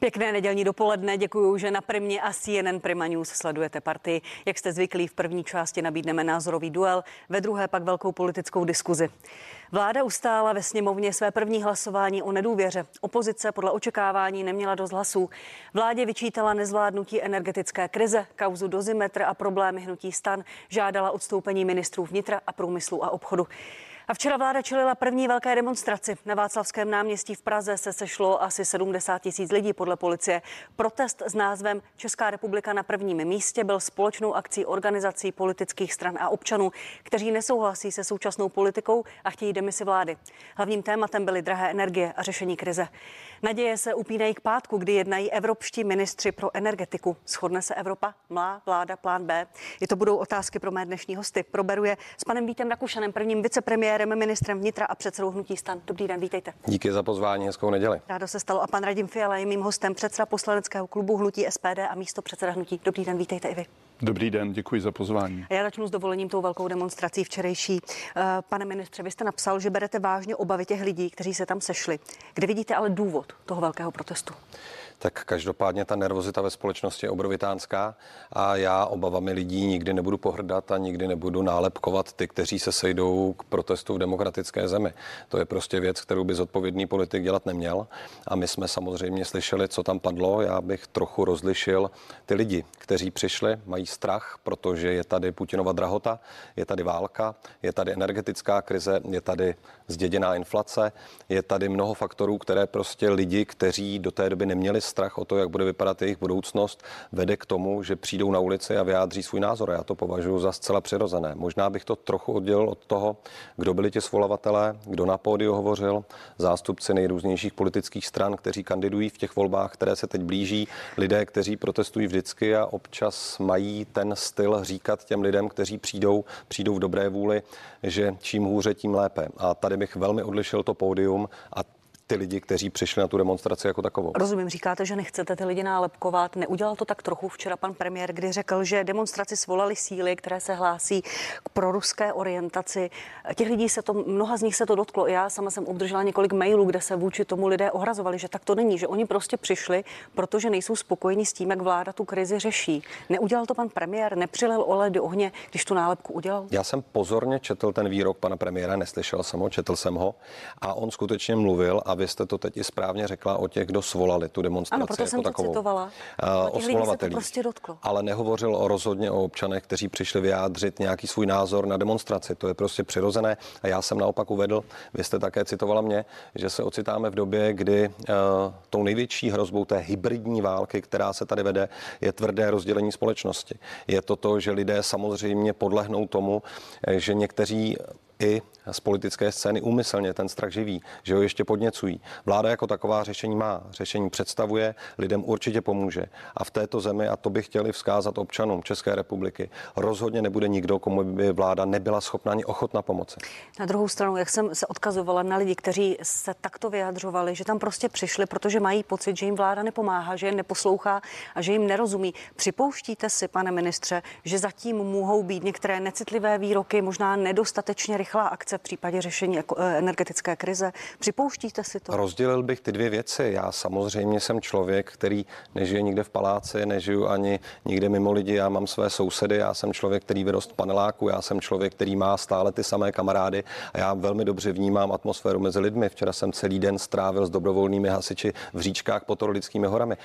Pěkné nedělní dopoledne, děkuju, že na Primě a CNN Prima News sledujete Partii. Jak jste zvyklí, v první části nabídneme názorový duel, ve druhé pak velkou politickou diskuzi. Vláda ustála ve sněmovně své první hlasování o nedůvěře. Opozice podle očekávání neměla dost hlasů. Vládě vyčítala nezvládnutí energetické krize, kauzu Dozimetr a problémy hnutí STAN, žádala odstoupení ministrů vnitra a průmyslu a obchodu. A včera vláda čelila první velké demonstraci. Na Václavském náměstí v Praze se sešlo asi 70 000 lidí podle policie. Protest s názvem Česká republika na prvním místě byl společnou akcí organizací politických stran a občanů, kteří nesouhlasí se současnou politikou a chtějí demisi vlády. Hlavním tématem byly drahé energie a řešení krize. Naděje se upínají k pátku, kdy jednají evropští ministři pro energetiku. Shodne se Evropa? Má vláda plán B? I to budou otázky pro mé dnešní hosty. Proberu je s panem Vítem Rakušanem, prvním vicepremiérem, ministrem vnitra a předsedou hnutí STAN. Dobrý den, vítejte. Díky za pozvání, hezkou neděli. Rádo se stalo. A pan Radim Fiala je mým hostem, předseda poslaneckého klubu hnutí SPD a místopředseda hnutí. Dobrý den, vítejte i vy. Dobrý den, děkuji za pozvání. A já začnu s dovolením tou velkou demonstrací včerejší. Pane ministře, vy jste napsal, že berete vážně obavy těch lidí, kteří se tam sešli. Kde vidíte ale důvod toho velkého protestu? Tak každopádně ta nervozita ve společnosti je obrovitánská a já obavami lidí nikdy nebudu pohrdat a nikdy nebudu nálepkovat ty, kteří se sejdou k protestu v demokratické zemi. To je prostě věc, kterou by zodpovědný politik dělat neměl. A my jsme samozřejmě slyšeli, co tam padlo. Já bych trochu rozlišil ty lidi, kteří přišli, mají strach, protože je tady Putinova drahota, je tady válka, je tady energetická krize, je tady zděděná inflace, je tady mnoho faktorů, které prostě lidi, kteří do té doby neměli strach o to, jak bude vypadat jejich budoucnost, vede k tomu, že přijdou na ulici a vyjádří svůj názor. Já to považuji za zcela přirozené. Možná bych to trochu oddělil od toho, kdo byli ti svolavatelé, kdo na pódiu hovořil, zástupci nejrůznějších politických stran, kteří kandidují v těch volbách, které se teď blíží, lidé, kteří protestují vždycky a občas mají ten styl říkat těm lidem, kteří přijdou v dobré vůli, že čím hůře, tím lépe. A tady bych velmi odlišil to pódium a ty lidi, kteří přišli na tu demonstraci jako takovou. Rozumím, říkáte, že nechcete ty lidi nálepkovat. Neudělal to tak trochu včera pan premiér, kdy řekl, že demonstraci svolali síly, které se hlásí k proruské orientaci. Těch lidí mnoha z nich se to dotklo. Já sama jsem obdržela několik mailů, kde se vůči tomu lidé ohrazovali, že tak to není, že oni prostě přišli, protože nejsou spokojeni s tím, jak vláda tu krizi řeší. Neudělal to pan premiér, nepřilil olej do ohně, když tu nálepku udělal? Já jsem pozorně četl ten výrok pana premiéra, neslyšel jsem ho, četl jsem ho a on skutečně mluvil a vy jste to teď i správně řekla o těch, kdo svolali tu demonstraci. Ano, proto jako jsem to takovou. citovala. O svolavatelích. Prostě dotklo. Ale nehovořil rozhodně o občanech, kteří přišli vyjádřit nějaký svůj názor na demonstraci. To je prostě přirozené. A já jsem naopak uvedl, vy jste také citovala mě, že se ocitáme v době, kdy tou největší hrozbou té hybridní války, která se tady vede, je tvrdé rozdělení společnosti. Je to, že lidé samozřejmě podlehnou tomu, že někteří i z politické scény úmyslně ten strach živí, že ho ještě podněcují. Vláda jako taková řešení má, řešení představuje, lidem určitě pomůže. A v této zemi, a to bych chtěli vzkázat občanům České republiky, rozhodně nebude nikdo, komu by vláda nebyla schopna ani ochotna pomoci. Na druhou stranu, jak jsem se odkazovala na lidi, kteří se takto vyjadřovali, že tam prostě přišli, protože mají pocit, že jim vláda nepomáhá, že je neposlouchá a že jim nerozumí. Připouštíte si, pane ministře, že zatím mohou být některé necitlivé výroky, možná nedostatečně rychlá akce v případě řešení energetické krize? Připouštíte si to? Rozdělil bych ty dvě věci. Já samozřejmě jsem člověk, který nežije nikde v paláci, nežiju ani nikde mimo lidi. Já mám své sousedy, já jsem člověk, který vyrost v paneláku, já jsem člověk, který má stále ty samé kamarády a já velmi dobře vnímám atmosféru mezi lidmi. Včera jsem celý den strávil s dobrovolnými hasiči v říčkách pod Orlickými horami.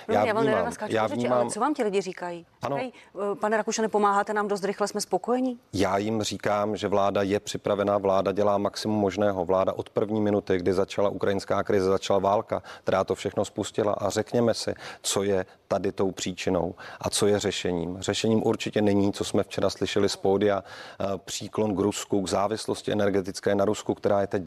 Já vnímám, ale co vám ti lidi říkají? Ano. Říkají, pane Rakušane, pomáháte nám dost rychle, jsme spokojení? Já jim říkám, že vláda je připravená, vláda dělá maximum možného. Vláda od první minuty, kdy začala ukrajinská krize, začala válka, která to všechno spustila a řekněme si, co je tady tou příčinou a co je řešením. Řešením určitě není, co jsme včera slyšeli z pódia, příklon k Rusku, k závislosti energetické na Rusku, která je teď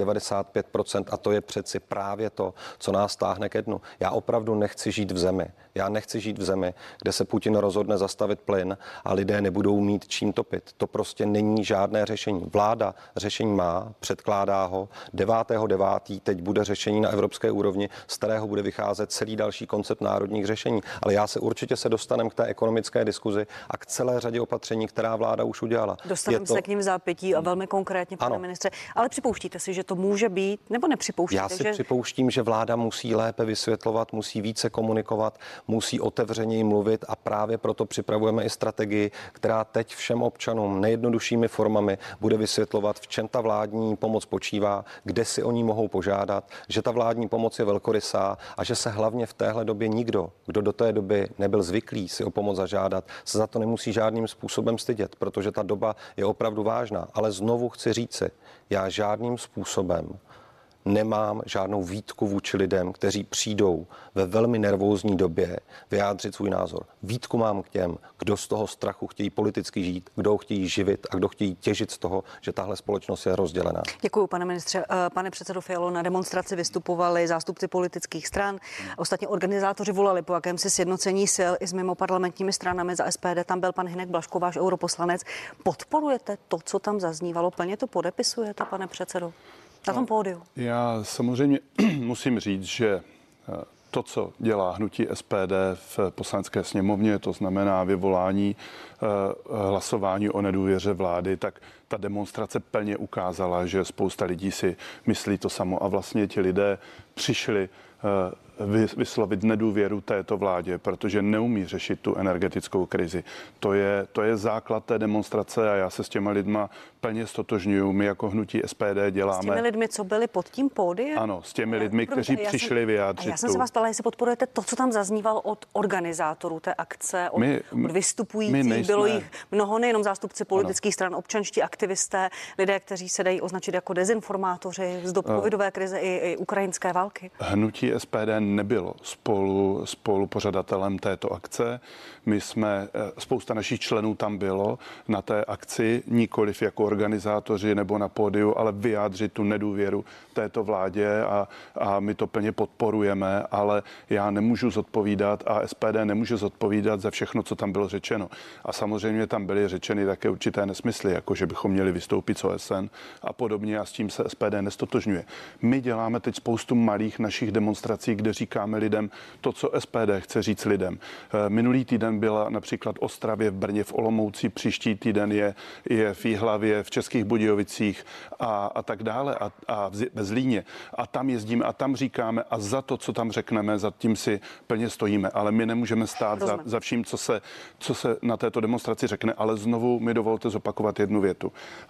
95% a to je přeci právě to, co nás táhne ke dnu. Já opravdu nechci žít v zemi. Já nechci žít v zemi, kde se Putin rozhodne zastavit plyn a lidé nebudou mít čím topit. To prostě není žádné řešení. Vláda řešení má, předkládá ho. 9.9. teď bude řešení na evropské úrovni, z kterého bude vycházet celý další koncept národních řešení. Ale ale já se určitě dostaneme k té ekonomické diskuzi a k celé řadě opatření, která vláda už udělala. Dostaneme se k nim v zápětí a velmi konkrétně, pane ministře. Ale připouštíte si, že to může být, nebo nepřipouštíte? Já si připouštím, že vláda musí lépe vysvětlovat, musí více komunikovat, musí otevřeněji mluvit a právě proto připravujeme i strategii, která teď všem občanům nejjednoduššími formami bude vysvětlovat, v čem ta vládní pomoc počívá, kde si o ní mohou požádat, že ta vládní pomoc je velkorysá a že se hlavně v téhle době nikdo, kdo do té doby nebyl zvyklý si o pomoc zažádat, se za to nemusí žádným způsobem stydět, protože ta doba je opravdu vážná. Ale znovu chci říci, já žádným způsobem nemám žádnou výtku vůči lidem, kteří přijdou ve velmi nervózní době vyjádřit svůj názor. Výtku mám k těm, kdo z toho strachu chtějí politicky žít, kdo ho chtějí živit a kdo chtějí těžit z toho, že tahle společnost je rozdělená. Děkuji, pane ministře. Pane předsedo Fialo, na demonstraci vystupovali zástupci politických stran. Ostatně organizátoři volali po jakémsi sjednocení sil i s mimoparlamentními stranami. Za SPD tam byl pan Hynek Blažko, váš europoslanec. Podporujete to, co tam zaznívalo? Plně to podepisujete, pane předsedo? Na tom pódiu. Já samozřejmě musím říct, že to, co dělá hnutí SPD v Poslanecké sněmovně, to znamená vyvolání hlasování o nedůvěře vlády, tak ta demonstrace plně ukázala, že spousta lidí si myslí to samo a vlastně ti lidé přišli vyslovit nedůvěru této vládě, protože neumí řešit tu energetickou krizi. To je základ té demonstrace a já se s těma lidma plně stotožňuju. My jako hnutí SPD děláme. S těmi lidmi, co byli pod tím pódiem? Ano, s těmi lidmi, kteří přišli vyjádřit. Já jsem se vás ptala, jestli podporujete to, co tam zaznívalo od organizátorů té akce, od vystupujících. Bylo jich mnoho, nejenom zástupci politických stran, občanští aktivisté, lidé, kteří se dají označit jako dezinformátoři z dob covidové krize i ukrajinské války. Hnutí SPD nebylo spolupořadatelem této akce. My jsme, spousta našich členů tam bylo na té akci, nikoliv jako organizátoři nebo na pódiu, ale vyjádřit tu nedůvěru této vládě a my to plně podporujeme, ale já nemůžu zodpovídat a SPD nemůže zodpovídat za všechno, co tam bylo řečeno. A samozřejmě tam byly řečeny také určité nesmysly, jako že bychom měli vystoupit z OSN a podobně a s tím se SPD nestotožňuje. My děláme teď spoustu malých našich demonstrací, kde říkáme lidem to, co SPD chce říct lidem. Minulý týden byla například v Ostravě, v Brně, v Olomouci, příští týden je v Jihlavě, v Českých Budějovicích a tak dále a ve Zlíně. A tam jezdíme a tam říkáme a za to, co tam řekneme, za tím si plně stojíme. Ale my nemůžeme stát za vším, co se na této demonstraci řekne. Ale znovu mi dovolte zopakovat jednu větu.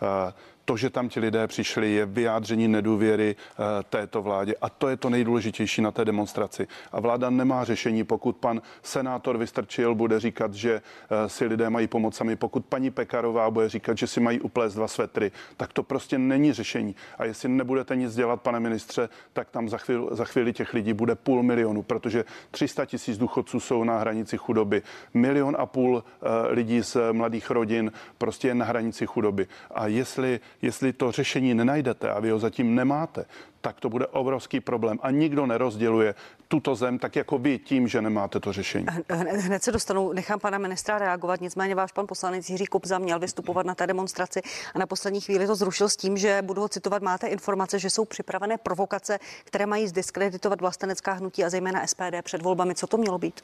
To, že tam ti lidé přišli, je vyjádření nedůvěry této vládě a to je to nejdůležitější na té demonstraci. A vláda nemá řešení, pokud pan senátor Vystrčil bude říkat, že si lidé mají pomoct sami, pokud paní Pekarová bude říkat, že si mají uplést 2 svetry, tak to prostě není řešení. A jestli nebudete nic dělat, pane ministře, tak tam za chvíli těch lidí bude 500 000, protože 300 000 důchodců jsou na hranici chudoby. 1,5 milionu lidí z mladých rodin prostě je na hranici chudoby. A jestli to řešení nenajdete a vy ho zatím nemáte, tak to bude obrovský problém. A nikdo nerozděluje tuto zem tak jako vy tím, že nemáte to řešení. Hned se dostanu, nechám pana ministra reagovat, nicméně váš pan poslanec Jiří Kobza měl vystupovat na té demonstraci a na poslední chvíli to zrušil s tím, že, budu ho citovat, máte informace, že jsou připravené provokace, které mají zdiskreditovat vlastenecká hnutí a zejména SPD před volbami. Co to mělo být?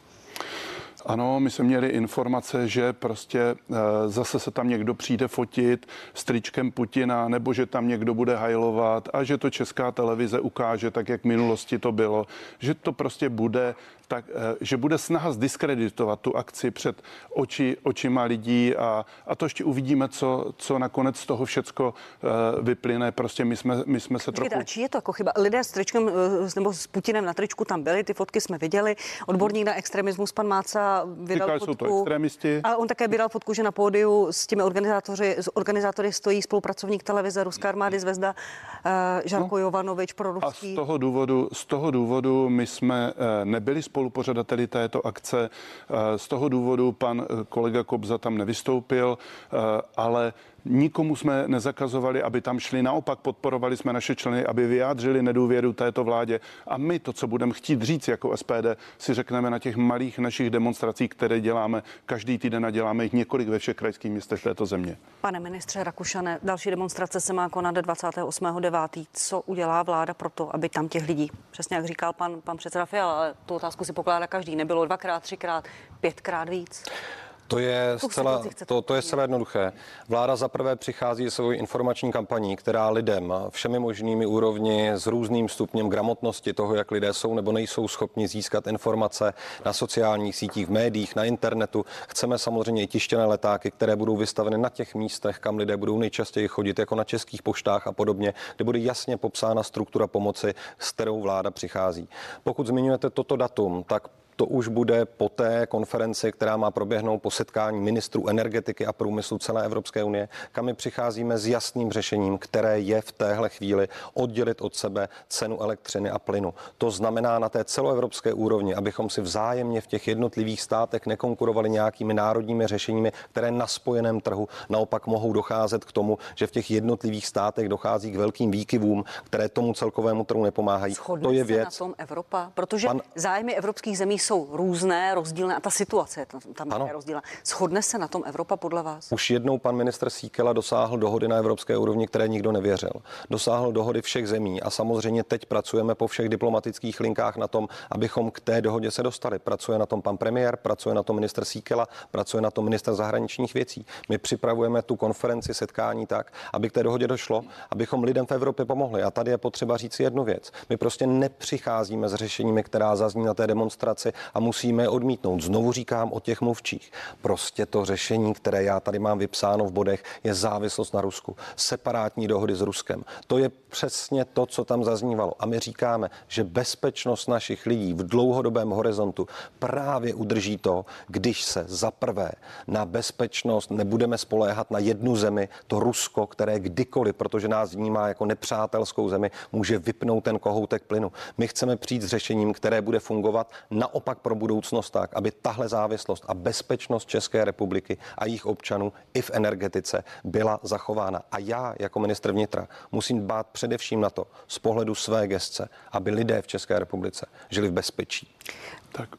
Ano, my jsme měli informace, že prostě zase se tam někdo přijde fotit s tričkem Putina, nebo že tam někdo bude hajlovat a že to Česká televize ukáže, tak jak v minulosti to bylo, že to prostě bude tak, že bude snaha zdiskreditovat tu akci před očima lidí a to ještě uvidíme, co nakonec z toho všecko vyplyne. Prostě my jsme se trochu... A či je to jako chyba? Lidé s tričkem nebo s Putinem na tričku tam byli, ty fotky jsme viděli. Odborník na extremismus, pan Máca, vydal fotku. Jsou to extremisti. A on také vydal fotku, že na pódiu s těmi organizátory stojí spolupracovník televize Ruské armády Zvezda Žarko Jovanovič proruský. A z toho důvodu my jsme nebyli spolupořadateli této akce. Z toho důvodu pan kolega Kobza tam nevystoupil, ale Nikomu jsme nezakazovali, aby tam šli, naopak podporovali jsme naše členy, aby vyjádřili nedůvěru této vládě. A my to, co budeme chtít říct jako SPD, si řekneme na těch malých našich demonstracích, které děláme každý týden a děláme jich několik ve všech krajských městech této země. Pane ministře Rakušane, další demonstrace se má konat 28.9. Co udělá vláda pro to, aby tam těch lidí, přesně jak říkal pan předseda Fiala, ale tu otázku si pokládá každý, nebylo 2x, 3x, 5x víc? To je zcela jednoduché. Vláda zaprvé přichází se svou informační kampaní, která lidem všemi možnými úrovni s různým stupněm gramotnosti toho, jak lidé jsou nebo nejsou schopni získat informace na sociálních sítích, v médiích, na internetu. Chceme samozřejmě i tištěné letáky, které budou vystaveny na těch místech, kam lidé budou nejčastěji chodit, jako na českých poštách a podobně, kde bude jasně popsána struktura pomoci, s kterou vláda přichází. Pokud zmiňujete toto datum, tak to už bude po té konferenci, která má proběhnout po setkání ministrů energetiky a průmyslu celé Evropské unie, kam my přicházíme s jasným řešením, které je v téhle chvíli oddělit od sebe cenu elektřiny a plynu. To znamená na té celoevropské úrovni, abychom si vzájemně v těch jednotlivých státech nekonkurovali nějakými národními řešeními, které na spojeném trhu naopak mohou docházet k tomu, že v těch jednotlivých státech dochází k velkým výkyvům, které tomu celkovému trhu nepomáhají. To je věc. Na tom Evropa, protože zájmy evropských zemí jsou různé, rozdílné a ta situace tam je rozdílná. Shodne se na tom Evropa podle vás? Už jednou pan ministr Síkela dosáhl dohody na evropské úrovni, které nikdo nevěřil. Dosáhl dohody všech zemí a samozřejmě teď pracujeme po všech diplomatických linkách na tom, abychom k té dohodě se dostali. Pracuje na tom pan premiér, pracuje na tom ministr Síkela, pracuje na tom ministr zahraničních věcí. My připravujeme tu konferenci, setkání tak, aby k té dohodě došlo, abychom lidem v Evropě pomohli. A tady je potřeba říct jednu věc. My prostě nepřicházíme s řešeními, která zazní na té demonstraci a musíme je odmítnout. Znovu říkám o těch mluvčích. Prostě to řešení, které já tady mám vypsáno v bodech, je závislost na Rusku. Separátní dohody s Ruskem. To je přesně to, co tam zaznívalo. A my říkáme, že bezpečnost našich lidí v dlouhodobém horizontu právě udrží to, když se zaprvé na bezpečnost nebudeme spoléhat na jednu zemi, to Rusko, které kdykoliv, protože nás vnímá jako nepřátelskou zemi, může vypnout ten kohoutek plynu. My chceme přijít s řešením, které bude fungovat naopak pro budoucnost tak, aby tahle závislost a bezpečnost České republiky a jejich občanů i v energetice byla zachována. A já jako ministr vnitra musím dbát především na to z pohledu své gesce, aby lidé v České republice žili v bezpečí. Tak,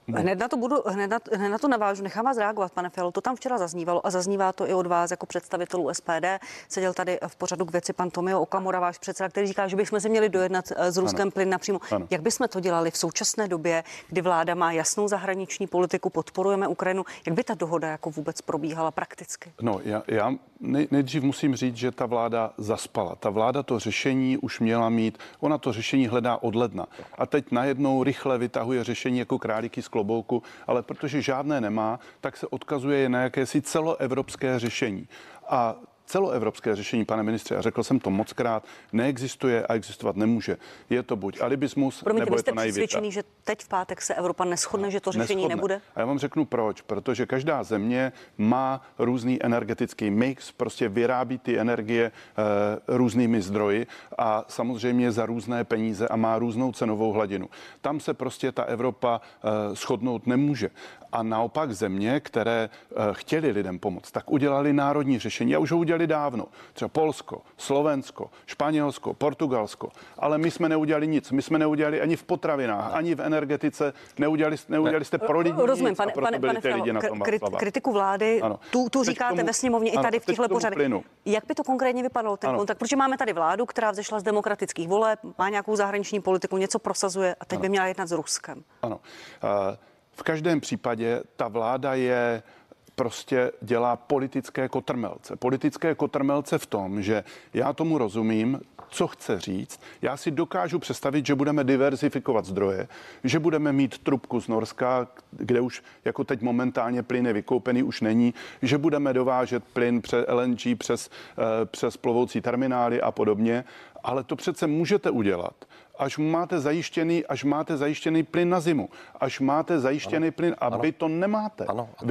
hned na to navážu, nechám vás reagovat, pane Fialo, to tam včera zaznívalo a zaznívá to i od vás jako představitelů SPD. Seděl tady v pořadu k věci pan Tomio Okamura, váš předseda, který říká, že bychom si měli dojednat s Ruskem plyn napřímo. Ano. Jak bychom to dělali v současné době, kdy vláda má jasnou zahraniční politiku, podporujeme Ukrajinu, jak by ta dohoda jako vůbec probíhala prakticky? No, já nejdřív musím říct, že ta vláda zaspala. Ta vláda to řešení už měla mít, ona to řešení hledá od ledna. A teď najednou rychle vytahuje řešení jako králíky z klobouku, ale protože žádné nemá, tak se odkazuje na jakési celoevropské řešení. A celoevropské řešení, pane ministře, a řekl jsem to mockrát, neexistuje a existovat nemůže. Je to buď alibismus, nebo je to naivita. Jste přesvědčený, že teď v pátek se Evropa neshodne, že to řešení nebude? A já vám řeknu proč. Protože každá země má různý energetický mix, prostě vyrábí ty energie různými zdroji a samozřejmě za různé peníze a má různou cenovou hladinu. Tam se prostě ta Evropa shodnout nemůže. A naopak země, které chtěli lidem pomoct, tak udělali národní řešení a už ho udělali dávno. Třeba Polsko, Slovensko, Španělsko, Portugalsko. Ale my jsme neudělali nic. My jsme neudělali ani v potravinách, ani v energetice. Neudělali jste pro lidi rozumím, nic. A proto byli ty lidi na tom kritiku vlády, tu říkáte ve sněmovně i tady v těchto pořadech. Jak by to konkrétně vypadalo ten kontakt? Protože máme tady vládu, která vzešla z demokratických voleb, má nějakou zahraniční politiku, něco prosazuje a teď by měla jednat s Ruskem. Ano. V každém případě ta vláda prostě dělá politické kotrmelce. Politické kotrmelce v tom, že já tomu rozumím, co chce říct. Já si dokážu představit, že budeme diverzifikovat zdroje, že budeme mít trubku z Norska, kde už jako teď momentálně plyn je vykoupený, už není, že budeme dovážet plyn přes LNG, přes plovoucí terminály a podobně. Ale to přece můžete udělat, až máte zajištěný plyn na zimu, až máte zajištěný plyn a vy to nemáte.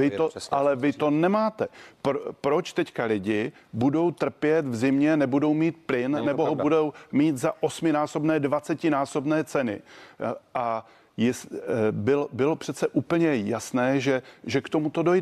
Vy to nemáte. Proč teďka lidi budou trpět v zimě, nebudou mít plyn, nebo ho budou mít za 8násobné, 20násobné ceny? A bylo přece úplně jasné, že k tomu to dojde.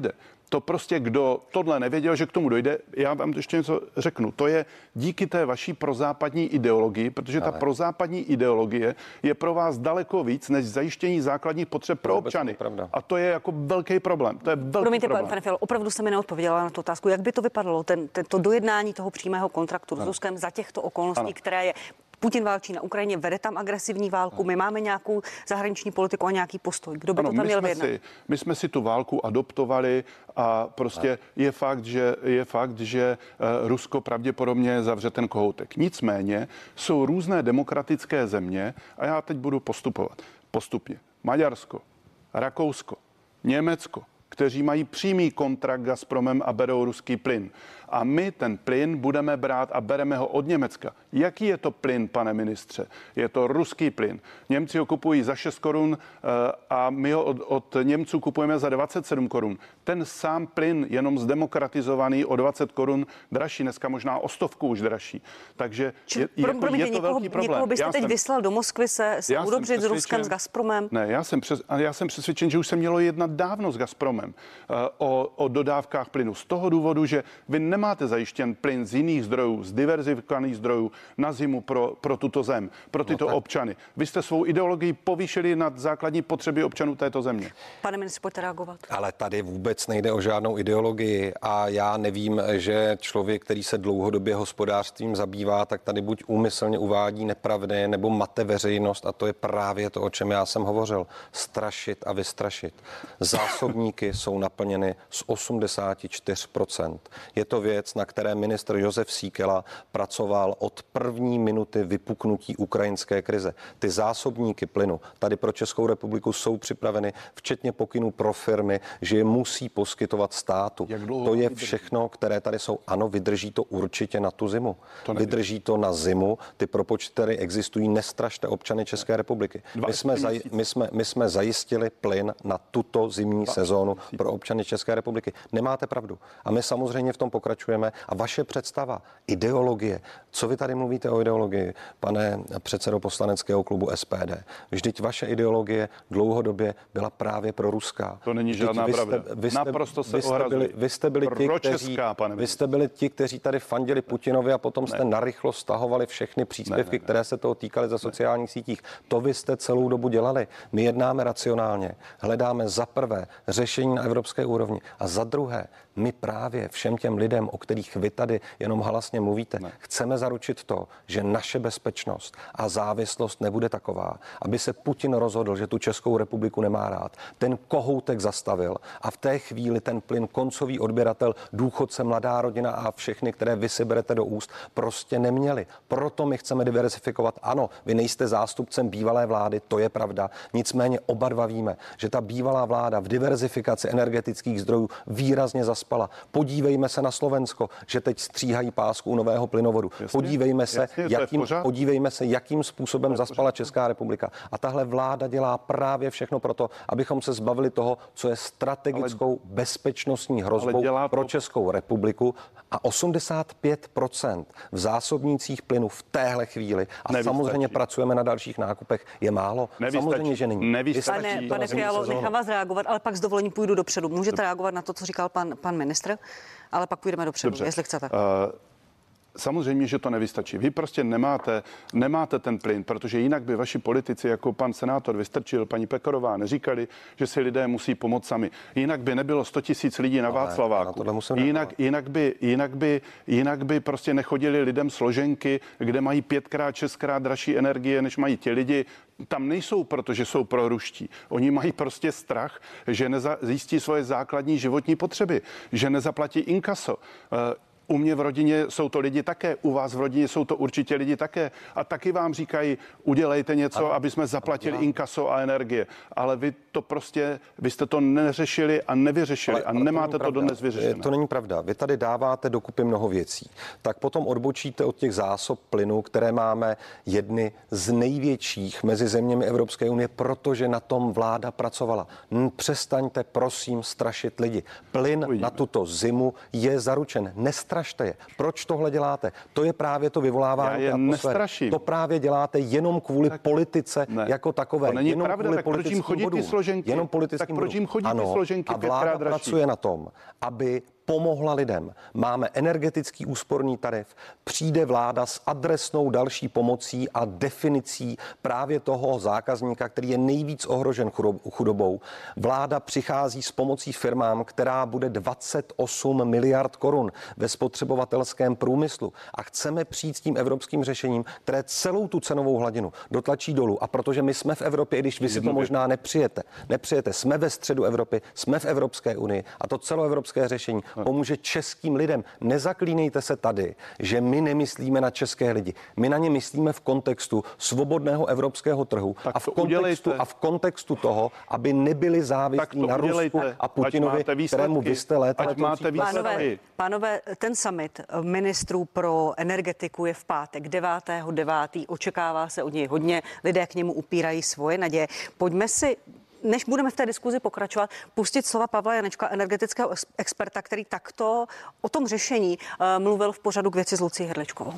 To prostě, kdo tohle nevěděl, že k tomu dojde, já vám ještě něco řeknu. To je díky té vaší prozápadní ideologii, protože ta prozápadní ideologie je pro vás daleko víc než zajištění základních potřeb pro občany. A to je jako velký problém. To je velký Promiňte, problém. pane Fialo, opravdu jste mi neodpověděla na tu otázku. Jak by to vypadalo, to dojednání toho přímého kontraktu s Ruskem za těchto okolností, které je Putin válčí na Ukrajině, vede tam agresivní válku, my máme nějakou zahraniční politiku a nějaký postoj. Kdo by to tam měl vyjednat? My jsme si tu válku adoptovali a prostě je fakt, že Rusko pravděpodobně zavře ten kohoutek. Nicméně jsou různé demokratické země a já teď budu postupovat postupně. Maďarsko, Rakousko, Německo, kteří mají přímý kontrakt Gazpromem a berou ruský plyn. A my ten plyn budeme brát a bereme ho od Německa. Jaký je to plyn, pane ministře? Je to ruský plyn. Němci ho kupují za 6 korun a my ho od Němců kupujeme za 27 korun. Ten sám plyn, jenom zdemokratizovaný, o 20 korun dražší, dneska možná o 100 už dražší. Takže je to velký problém. Někoho byste teď vyslal do Moskvy se udobřit s Ruskem, s Gazpromem? Ne, já jsem přesvědčen, že už se mělo jednat dávno s Gazpromem o dodávkách plynu. Z toho důvodu, že vy nemáte zajištěn plyn z jiných zdrojů, z diverzifikovaných zdrojů na zimu pro tuto zem, pro tyto občany. Vy jste svou ideologii povýšili nad základní potřeby občanů této země. Pane ministře, pojďte reagovat. Ale tady vůbec nejde o žádnou ideologii a já nevím, že člověk, který se dlouhodobě hospodářstvím zabývá, tak tady buď úmyslně uvádí nepravdy nebo mate veřejnost a to je právě to, o čem já jsem hovořil. Strašit a vystrašit. Zásobníky jsou naplněny z 84%. Je to věc, na které ministr Jozef Síkela pracoval od první minuty vypuknutí ukrajinské krize. Ty zásobníky plynu tady pro Českou republiku jsou připraveny, včetně pokynů pro firmy, že je musí poskytovat státu. To je všechno, které tady jsou. Ano, vydrží to určitě na tu zimu. Vydrží to na zimu. Ty propočty, které existují, nestrašte občany České republiky. My jsme zajistili plyn na tuto zimní sezónu pro občany České republiky. Nemáte pravdu. A my samozřejmě v tom pokračujeme. A vaše představa, ideologie, co vy tady mluvíte o ideologii, pane předsedo poslaneckého klubu SPD? Vždyť vaše ideologie dlouhodobě byla právě pro ruská. To není žádná pravda. Naprosto se ohrazuji. Vy jste byli ti, kteří tady fandili Putinovi a potom jste narychlo stahovali všechny příspěvky, které se toho týkaly za sociálních sítích. To vy jste celou dobu dělali. My jednáme racionálně. Hledáme za prvé řešení na evropské úrovni a za druhé my právě všem těm lidem, o kterých vy tady jenom halasně mluvíte, chceme zaručit to, že naše bezpečnost a závislost nebude taková, aby se Putin rozhodl, že tu Českou republiku nemá rád. Ten kohoutek zastavil a v té chvíli ten plyn koncový odběratel, důchodce, mladá rodina a všechny, které vy si berete do úst, prostě neměli. Proto my chceme diversifikovat. Ano, vy nejste zástupcem bývalé vlády, to je pravda. Nicméně oba dva víme, že ta bývalá vláda v diversifikaci energetických zdrojů výrazně zaspala. Podívejme se na Slovensko, že teď stříhají pásku u nového plynovodu. Podívejme se, jakým způsobem zaspala Česká republika. A tahle vláda dělá právě všechno proto, abychom se zbavili toho, co je strategickou bezpečnostní hrozbou pro Českou republiku. A 85% v zásobnících plynu v téhle chvíli a samozřejmě pracujeme na dalších nákupech je málo. Samozřejmě, že není. Pane Fialo, nechám vás reagovat, ale pak s dovolením půjdu dopředu. Můžete reagovat na to, co říkal pan ministr, ale pak půjdeme dopředu, jestli chcete. Samozřejmě, že to nevystačí. Vy prostě nemáte ten plyn, protože jinak by vaši politici, jako pan senátor Vystrčil, paní Pekarová, neříkali, že si lidé musí pomoct sami. Jinak by nebylo 100 000 lidí na Václaváku. Jinak by prostě nechodili lidem složenky, kde mají 5x, 6x dražší energie, než mají ti lidi. Tam nejsou, protože jsou proruští. Oni mají prostě strach, že nezajistí svoje základní životní potřeby, že nezaplatí inkaso. U mě v rodině jsou to lidi také, u vás v rodině jsou to určitě lidi také a taky vám říkají, udělejte něco, aby jsme zaplatili inkaso a energie. Ale vy jste to neřešili a nevyřešili a nemáte to dodnes vyřešené. To není pravda. Vy tady dáváte dokupy mnoho věcí. Tak potom odbočíte od těch zásob plynu, které máme jedny z největších mezi zeměmi Evropské unie, protože na tom vláda pracovala. Přestaňte prosím strašit lidi. Plyn na tuto zimu je zaručen. Nestrašte nestrašte je. Proč tohle děláte? To je právě to vyvolávání atmosféry. To právě děláte jenom kvůli politice jako takové. To není jenom pravda, tak proč jim chodí ty složenky? Jenom politickým tak proč jim chodí ty složenky a vláda pracuje na tom, aby pomohla lidem. Máme energetický úsporný tarif, přijde vláda s adresnou další pomocí a definicí právě toho zákazníka, který je nejvíc ohrožen chudobou. Vláda přichází s pomocí firmám, která bude 28 miliard korun ve spotřebovatelském průmyslu a chceme přijít s tím evropským řešením, které celou tu cenovou hladinu dotlačí dolů. A protože my jsme v Evropě, i když vy si to možná nepřijete, jsme ve středu Evropy, jsme v Evropské unii a to celoevropské řešení pomůže českým lidem. Nezaklínejte se tady, že my nemyslíme na české lidi. My na ně myslíme v kontextu svobodného evropského trhu a v kontextu toho, aby nebyli závislí na Rusku a Putinovi, kterému vy jste léta. Pánové, ten summit ministrů pro energetiku je v pátek 9.9. Očekává se od něj hodně. Lidé k němu upírají svoje naděje. Pojďme si, než budeme v té diskuzi pokračovat, pustit slova Pavla Janečka, energetického experta, který takto o tom řešení mluvil v pořadu K věci s Lucií Hrdličkovou.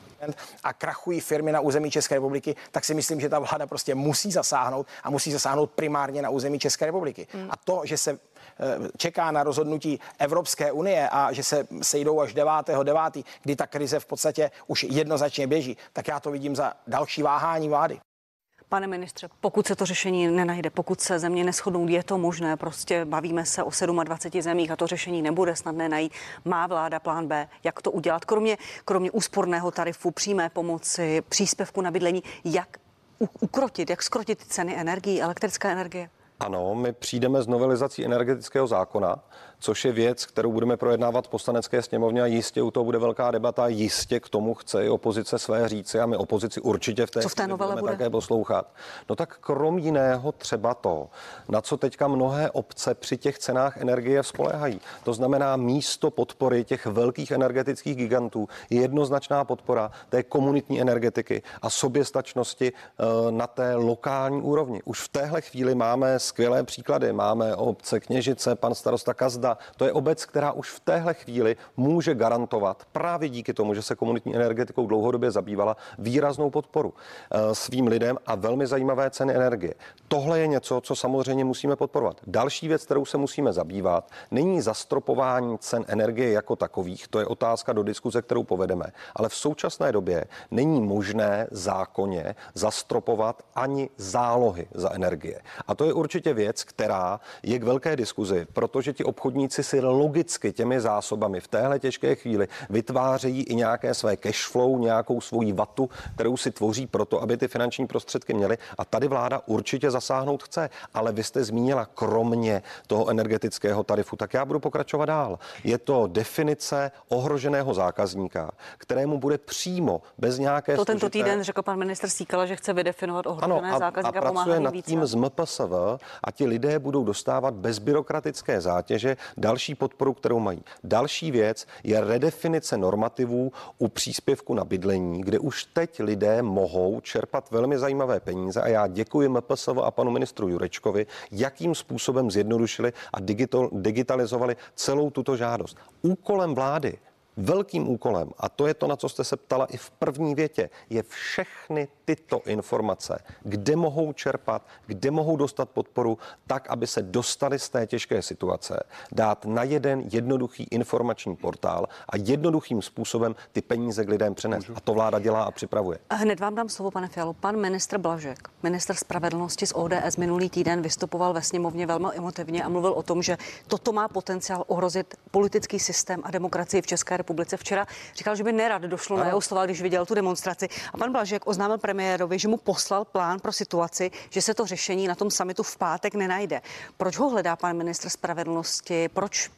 A krachují firmy na území České republiky, tak si myslím, že ta vláda prostě musí zasáhnout a musí zasáhnout primárně na území České republiky. A to, že se čeká na rozhodnutí Evropské unie a že se sejdou až 9.9., kdy ta krize v podstatě už jednoznačně běží, tak já to vidím za další váhání vlády. Pane ministře, pokud se to řešení nenajde, pokud se země neshodnou, je to možné, prostě bavíme se o 27 zemích a to řešení nebude snadné najít. Má vláda plán B, jak to udělat, kromě úsporného tarifu, přímé pomoci, příspěvku na bydlení, jak ukrotit, jak zkrotit ceny energií, elektrické energie? Ano, my přijdeme s novelizací energetického zákona, což je věc, kterou budeme projednávat v Poslanecké sněmovně a jistě u toho bude velká debata, jistě k tomu chce i opozice své říci a my opozici určitě v té novele budeme také poslouchat. No tak krom jiného třeba to, na co teďka mnohé obce při těch cenách energie spoléhají. To znamená místo podpory těch velkých energetických gigantů je jednoznačná podpora té komunitní energetiky a soběstačnosti na té lokální úrovni. Už v téhle chvíli máme skvělé příklady. Máme obce Kněžice, pan starosta Kazda. To je obec, která už v téhle chvíli může garantovat právě díky tomu, že se komunitní energetikou dlouhodobě zabývala, výraznou podporu svým lidem a velmi zajímavé ceny energie. Tohle je něco, co samozřejmě musíme podporovat. Další věc, kterou se musíme zabývat, není zastropování cen energie jako takových, to je otázka do diskuze, kterou povedeme, ale v současné době není možné zákonně zastropovat ani zálohy za energie. A to je určitě věc, která je k velké diskuzi, protože ti obchodníci si logicky těmi zásobami v téhle těžké chvíli vytvářejí i nějaké své cash flow, nějakou svoji vatu, kterou si tvoří proto, aby ty finanční prostředky měli. A tady vláda určitě zasáhnout chce. Ale vy jste zmínila kromě toho energetického tarifu, tak já budu pokračovat dál. Je to definice ohroženého zákazníka, kterému bude přímo bez nějaké to tento týden řekl pan ministr Síkela, že chce vydefinovat ohrožené zákazníka, a pracuje nad tím z MPSV a ti lidé budou dostávat bez byrokratické zátěže další podporu, kterou mají. Další věc je redefinice normativů u příspěvku na bydlení, kde už teď lidé mohou čerpat velmi zajímavé peníze a já děkuji MPSV a panu ministru Jurečkovi, jakým způsobem zjednodušili a digitalizovali celou tuto žádost. Úkolem vlády, velkým úkolem, a to je to, na co jste se ptala i v první větě, je všechny tyto informace, kde mohou čerpat, kde mohou dostat podporu, tak, aby se dostali z té těžké situace, dát na jeden jednoduchý informační portál a jednoduchým způsobem ty peníze k lidem přenést. A to vláda dělá a připravuje. A hned vám dám slovo, pane Fialo. Pan ministr Blažek, ministr spravedlnosti z ODS, minulý týden vystupoval ve sněmovně velmi emotivně a mluvil o tom, že toto má potenciál ohrozit politický systém a demokracii v České republice. Včera říkal, že by nerad došlo na jeho slova, když viděl tu demonstraci. A pan Blažek oznámil premiérovi, že mu poslal plán pro situaci, že se to řešení na tom summitu v pátek nenajde. Proč ho hledá pan ministr spravedlnosti? Proč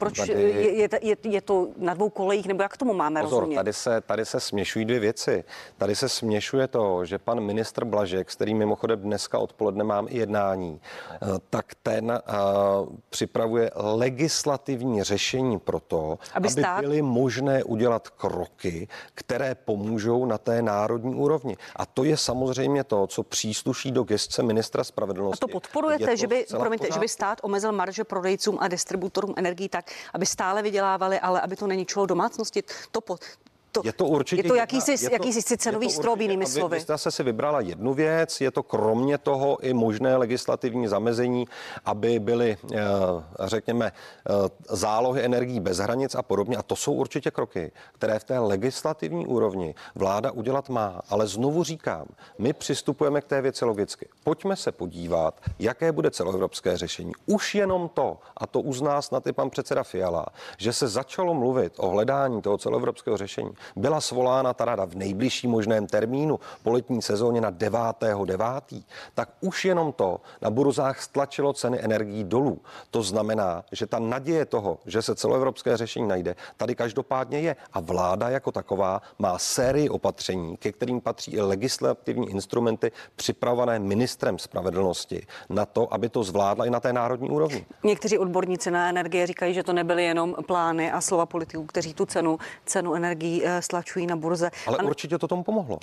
je to na dvou kolejích, nebo jak tomu máme rozumět? Tady se směšují dvě věci. Tady se směšuje to, že pan ministr Blažek, s kterým mimochodem dneska odpoledne mám i jednání, tak ten připravuje legislativní řešení pro to, aby byly možné nutné udělat kroky, které pomůžou na té národní úrovni. A to je samozřejmě to, co přísluší do gesce ministra spravedlnosti. A to podporujete, že by stát omezil marže prodejcům a distributorům energií tak, aby stále vydělávali, ale aby to neničilo domácnosti? Je to určitě je to jakýsi cenový strop, jinými slovy. Vy jste si vybrala jednu věc, je to kromě toho i možné legislativní zamezení, aby byly, řekněme, zálohy energií bez hranic a podobně. A to jsou určitě kroky, které v té legislativní úrovni vláda udělat má. Ale znovu říkám, my přistupujeme k té věci logicky. Pojďme se podívat, jaké bude celoevropské řešení. Už jenom to, a to uzná snad i pan předseda Fiala, že se začalo mluvit o hledání toho celoevropského řešení. Byla svolána ta rada v nejbližším možném termínu po letní sezóně na 9.9., tak už jenom to na burzách stlačilo ceny energií dolů. To znamená, že ta naděje toho, že se celoevropské řešení najde, tady každopádně je. A vláda jako taková má sérii opatření, ke kterým patří i legislativní instrumenty připravované ministrem spravedlnosti na to, aby to zvládla i na té národní úrovni. Někteří odborníci na energie říkají, že to nebyly jenom plány a slova politiků, kteří tu cenu energií stlačují na burze. Ale určitě to tomu pomohlo.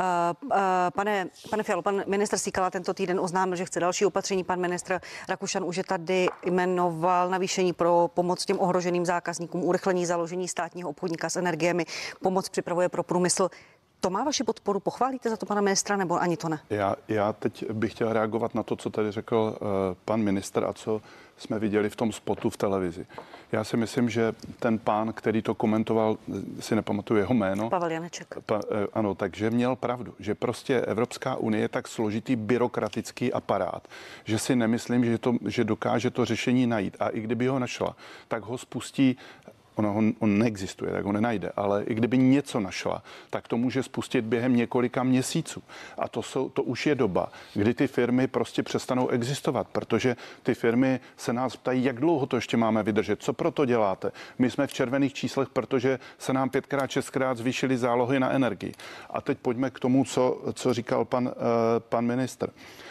Pane Fialo, pan ministr Síkela tento týden oznámil, že chce další opatření. Pan ministr Rakušan už tady jmenoval navýšení pro pomoc těm ohroženým zákazníkům, urychlení založení státního obchodníka s energiemi, pomoc připravuje pro průmysl. To má vaši podporu? Pochválíte za to pana ministra, nebo ani to ne? Já teď bych chtěl reagovat na to, co tady řekl pan ministr a co jsme viděli v tom spotu v televizi. Já si myslím, že ten pán, který to komentoval, si nepamatuju jeho jméno. Pavel Janeček. Ano, takže měl pravdu, že prostě Evropská unie je tak složitý byrokratický aparát, že si nemyslím, že dokáže to řešení najít. A i kdyby ho našla, tak ho spustí. On neexistuje, tak ho nenajde, ale i kdyby něco našla, tak to může spustit během několika měsíců. A to už je doba, kdy ty firmy prostě přestanou existovat, protože ty firmy se nás ptají, jak dlouho to ještě máme vydržet, co proto děláte. My jsme v červených číslech, protože se nám 5x, 6x zvýšily zálohy na energii. A teď pojďme k tomu, co říkal pan ministr.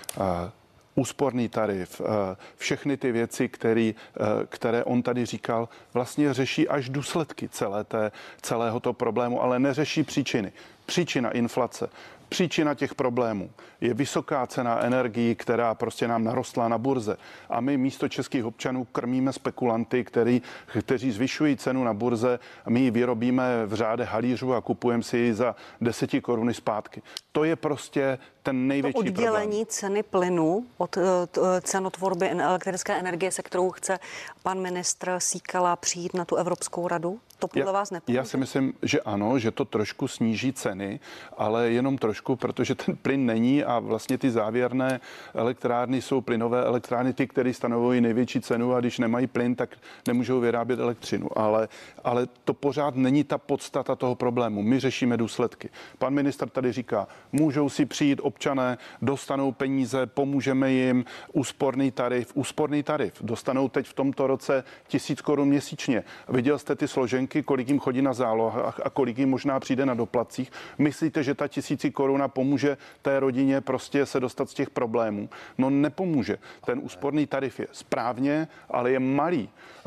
Úsporný tarif, všechny ty věci, které on tady říkal, vlastně řeší až důsledky celého toho problému, ale neřeší příčiny. Příčina inflace, příčina těch problémů je vysoká cena energií, která prostě nám narostla na burze. A my místo českých občanů krmíme spekulanty, kteří zvyšují cenu na burze. My ji vyrobíme v řádech halířů a kupujeme si ji za 10 koruny zpátky. To je prostě ten největší problém. Oddělení ceny plynu od cenotvorby elektrické energie, se kterou chce pan ministr Síkela přijít na tu Evropskou radu? To podle vás nepomůže? Já si myslím, že ano, že to trošku sníží ceny, ale jenom trošku, protože ten plyn není a vlastně ty závěrné elektrárny jsou plynové elektrárny, ty, které stanovují největší cenu a když nemají plyn, tak nemůžou vyrábět elektřinu. Ale to pořád není ta podstata toho problému. My řešíme důsledky. Pan ministr tady říká, můžou si přijít občané, dostanou peníze, pomůžeme jim, úsporný tarif. Dostanou teď v tomto roce 1000 korun měsíčně. Viděl jste ty složenky, kolik jim chodí na zálohách a kolik jim možná přijde na doplatcích. Myslíte, že ta 1000 koruna pomůže té rodině prostě se dostat z těch problémů? No nepomůže. Ten úsporný tarif je správně, ale je malý.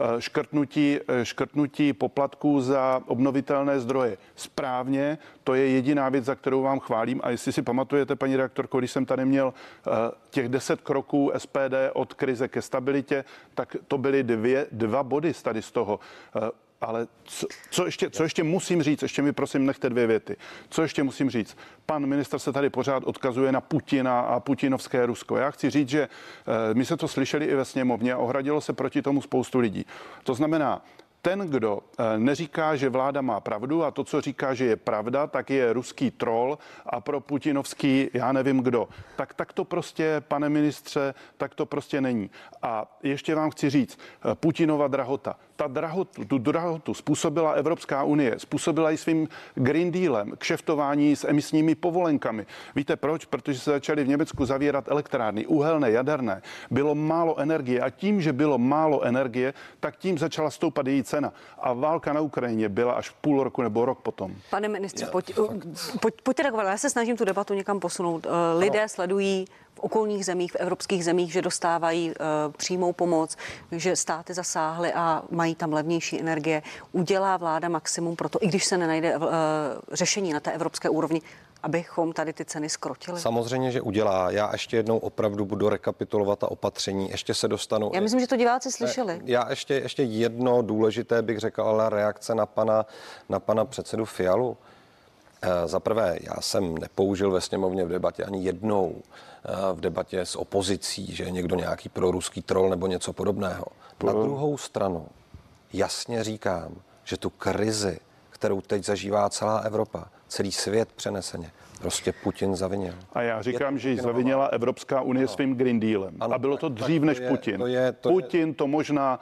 Škrtnutí poplatků za obnovitelné zdroje správně, to je jediná věc, za kterou vám chválím. A jestli si pamatujete, paní redaktorko, když jsem tady měl těch 10 kroků SPD od krize ke stabilitě, tak to byly dva body tady z toho. Ale co ještě musím říct, ještě mi prosím nechte 2 věty. Co ještě musím říct? Pan ministr se tady pořád odkazuje na Putina a putinovské Rusko. Já chci říct, že my se to slyšeli i ve sněmovně a ohradilo se proti tomu spoustu lidí. To znamená, ten, kdo neříká, že vláda má pravdu a to, co říká, že je pravda, tak je ruský troll a pro putinovský já nevím kdo. Tak to prostě, pane ministře, tak to prostě není. A ještě vám chci říct, Putinova drahota. Tu drahotu způsobila Evropská unie, způsobila i svým Green Dealem, kšeftování s emisními povolenkami. Víte proč? Protože se začaly v Německu zavírat elektrárny, uhelné, jaderné. Bylo málo energie a tím, že bylo málo energie, tak tím začala stoupat její cena. cena. A válka na Ukrajině byla až půl roku nebo rok potom. Pane ministře, pojďte reagovat. Já se snažím tu debatu někam posunout. Lidé sledují v okolních zemích, v evropských zemích, že dostávají přímou pomoc, že státy zasáhly a mají tam levnější energie. Udělá vláda maximum pro to, i když se nenajde řešení na té evropské úrovni, abychom tady ty ceny skrotili? Samozřejmě, že udělá. Já ještě jednou opravdu budu rekapitulovat ta opatření. Ještě se dostanu. Já myslím, že to diváci slyšeli. Já ještě jedno důležité bych řekl, ale reakce na pana předsedu Fialu. Za prvé, já jsem nepoužil ve sněmovně v debatě ani jednou v debatě s opozicí, že je někdo nějaký proruský troll nebo něco podobného. Na druhou stranu jasně říkám, že tu krizi, kterou teď zažívá celá Evropa, celý svět přeneseně, prostě Putin zavinil. A já říkám, že ji zavinila Evropská unie svým Green Dealem. Ano, a bylo to dřív než Putin. Putin to možná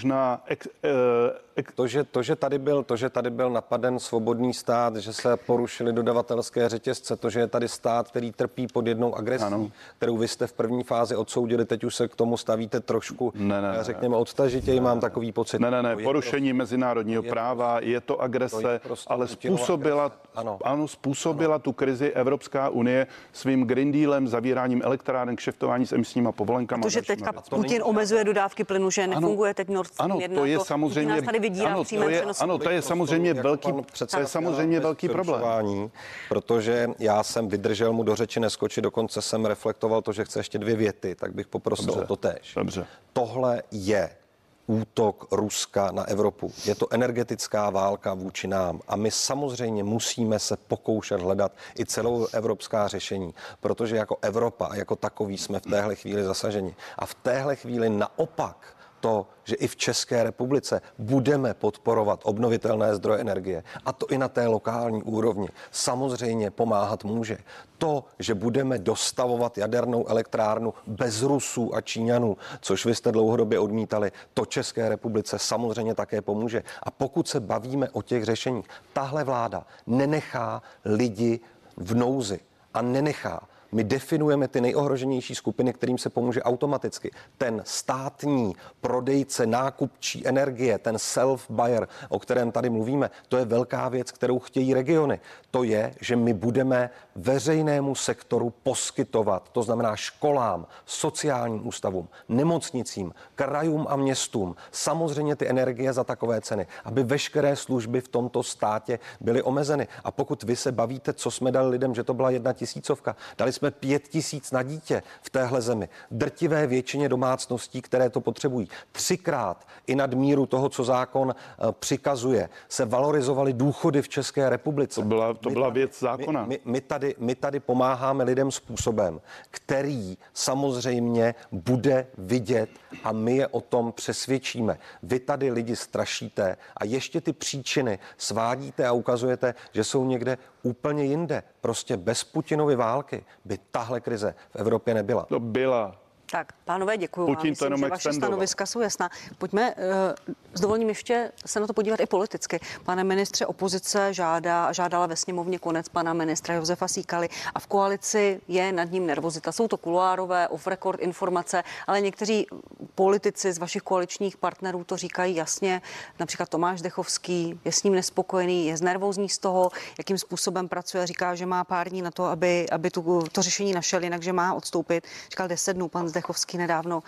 To, že tady byl napaden svobodný stát, že se porušily dodavatelské řetězce, to, že je tady stát, který trpí pod jednou agresí, kterou vy jste v první fázi odsoudili, teď už se k tomu stavíte trošku, řekněme, odtažitěji, mám takový pocit. Porušení mezinárodního práva, je to agrese, ale způsobila tu krizi Evropská unie svým Green Dealem, zavíráním elektráren, kšeftování s emisníma povolenkami. Protože teďka Putin omezuje dodávky plynu, že nefunguje teď Nord Stream 1. To je samozřejmě, to je samozřejmě velký problém. Protože já jsem vydržel mu do řeči neskočit, dokonce jsem reflektoval to, že chce ještě 2 věty, tak bych poprosil o to též. Dobře. Tohle je útok Ruska na Evropu. Je to energetická válka vůči nám a my samozřejmě musíme se pokoušet hledat i celou evropská řešení, protože jako Evropa a jako takový jsme v téhle chvíli zasaženi. A v téhle chvíli naopak to, že i v České republice budeme podporovat obnovitelné zdroje energie, a to i na té lokální úrovni, samozřejmě pomáhat může. To, že budeme dostavovat jadernou elektrárnu bez Rusů a Číňanů, což vy jste dlouhodobě odmítali, to České republice samozřejmě také pomůže. A pokud se bavíme o těch řešeních, tahle vláda nenechá lidi v nouzi a nenechá. My definujeme ty nejohroženější skupiny, kterým se pomůže automaticky. Ten státní prodejce nákupčí energie, ten self-buyer, o kterém tady mluvíme, to je velká věc, kterou chtějí regiony. To je, že my budeme veřejnému sektoru poskytovat, to znamená školám, sociálním ústavům, nemocnicím, krajům a městům, samozřejmě ty energie za takové ceny, aby veškeré služby v tomto státě byly omezeny. A pokud vy se bavíte, co jsme dali lidem, že to byla 1 000, dali jsme 5 000 na dítě v téhle zemi. Drtivé většině domácností, které to potřebují. 3krát i nad míru toho, co zákon přikazuje, se valorizovaly důchody v České republice. To byla věc zákona. My tady pomáháme lidem způsobem, který samozřejmě bude vidět a my je o tom přesvědčíme. Vy tady lidi strašíte a ještě ty příčiny svádíte a ukazujete, že jsou někde úplně jinde. Prostě bez Putinovy války by tahle krize v Evropě nebyla. To byla. Tak, pánové, děkuji vám. Myslím, že vaše stanoviska jsou jasná. Pojďme s dovolením ještě se na to podívat i politicky. Pane ministře, opozice žádala ve sněmovně konec pana ministra Josefa Síkaly a v koalici je nad ním nervozita. Jsou to kuloárové, off-record informace, ale někteří politici z vašich koaličních partnerů to říkají jasně. Například Tomáš Zdechovský je s ním nespokojený, je znervózní z toho, jakým způsobem pracuje. Říká, že má pár dní na to, aby to řešení našel, jinak že má odstoupit. Říkal 10 dnů pan Zdechovský nedávno.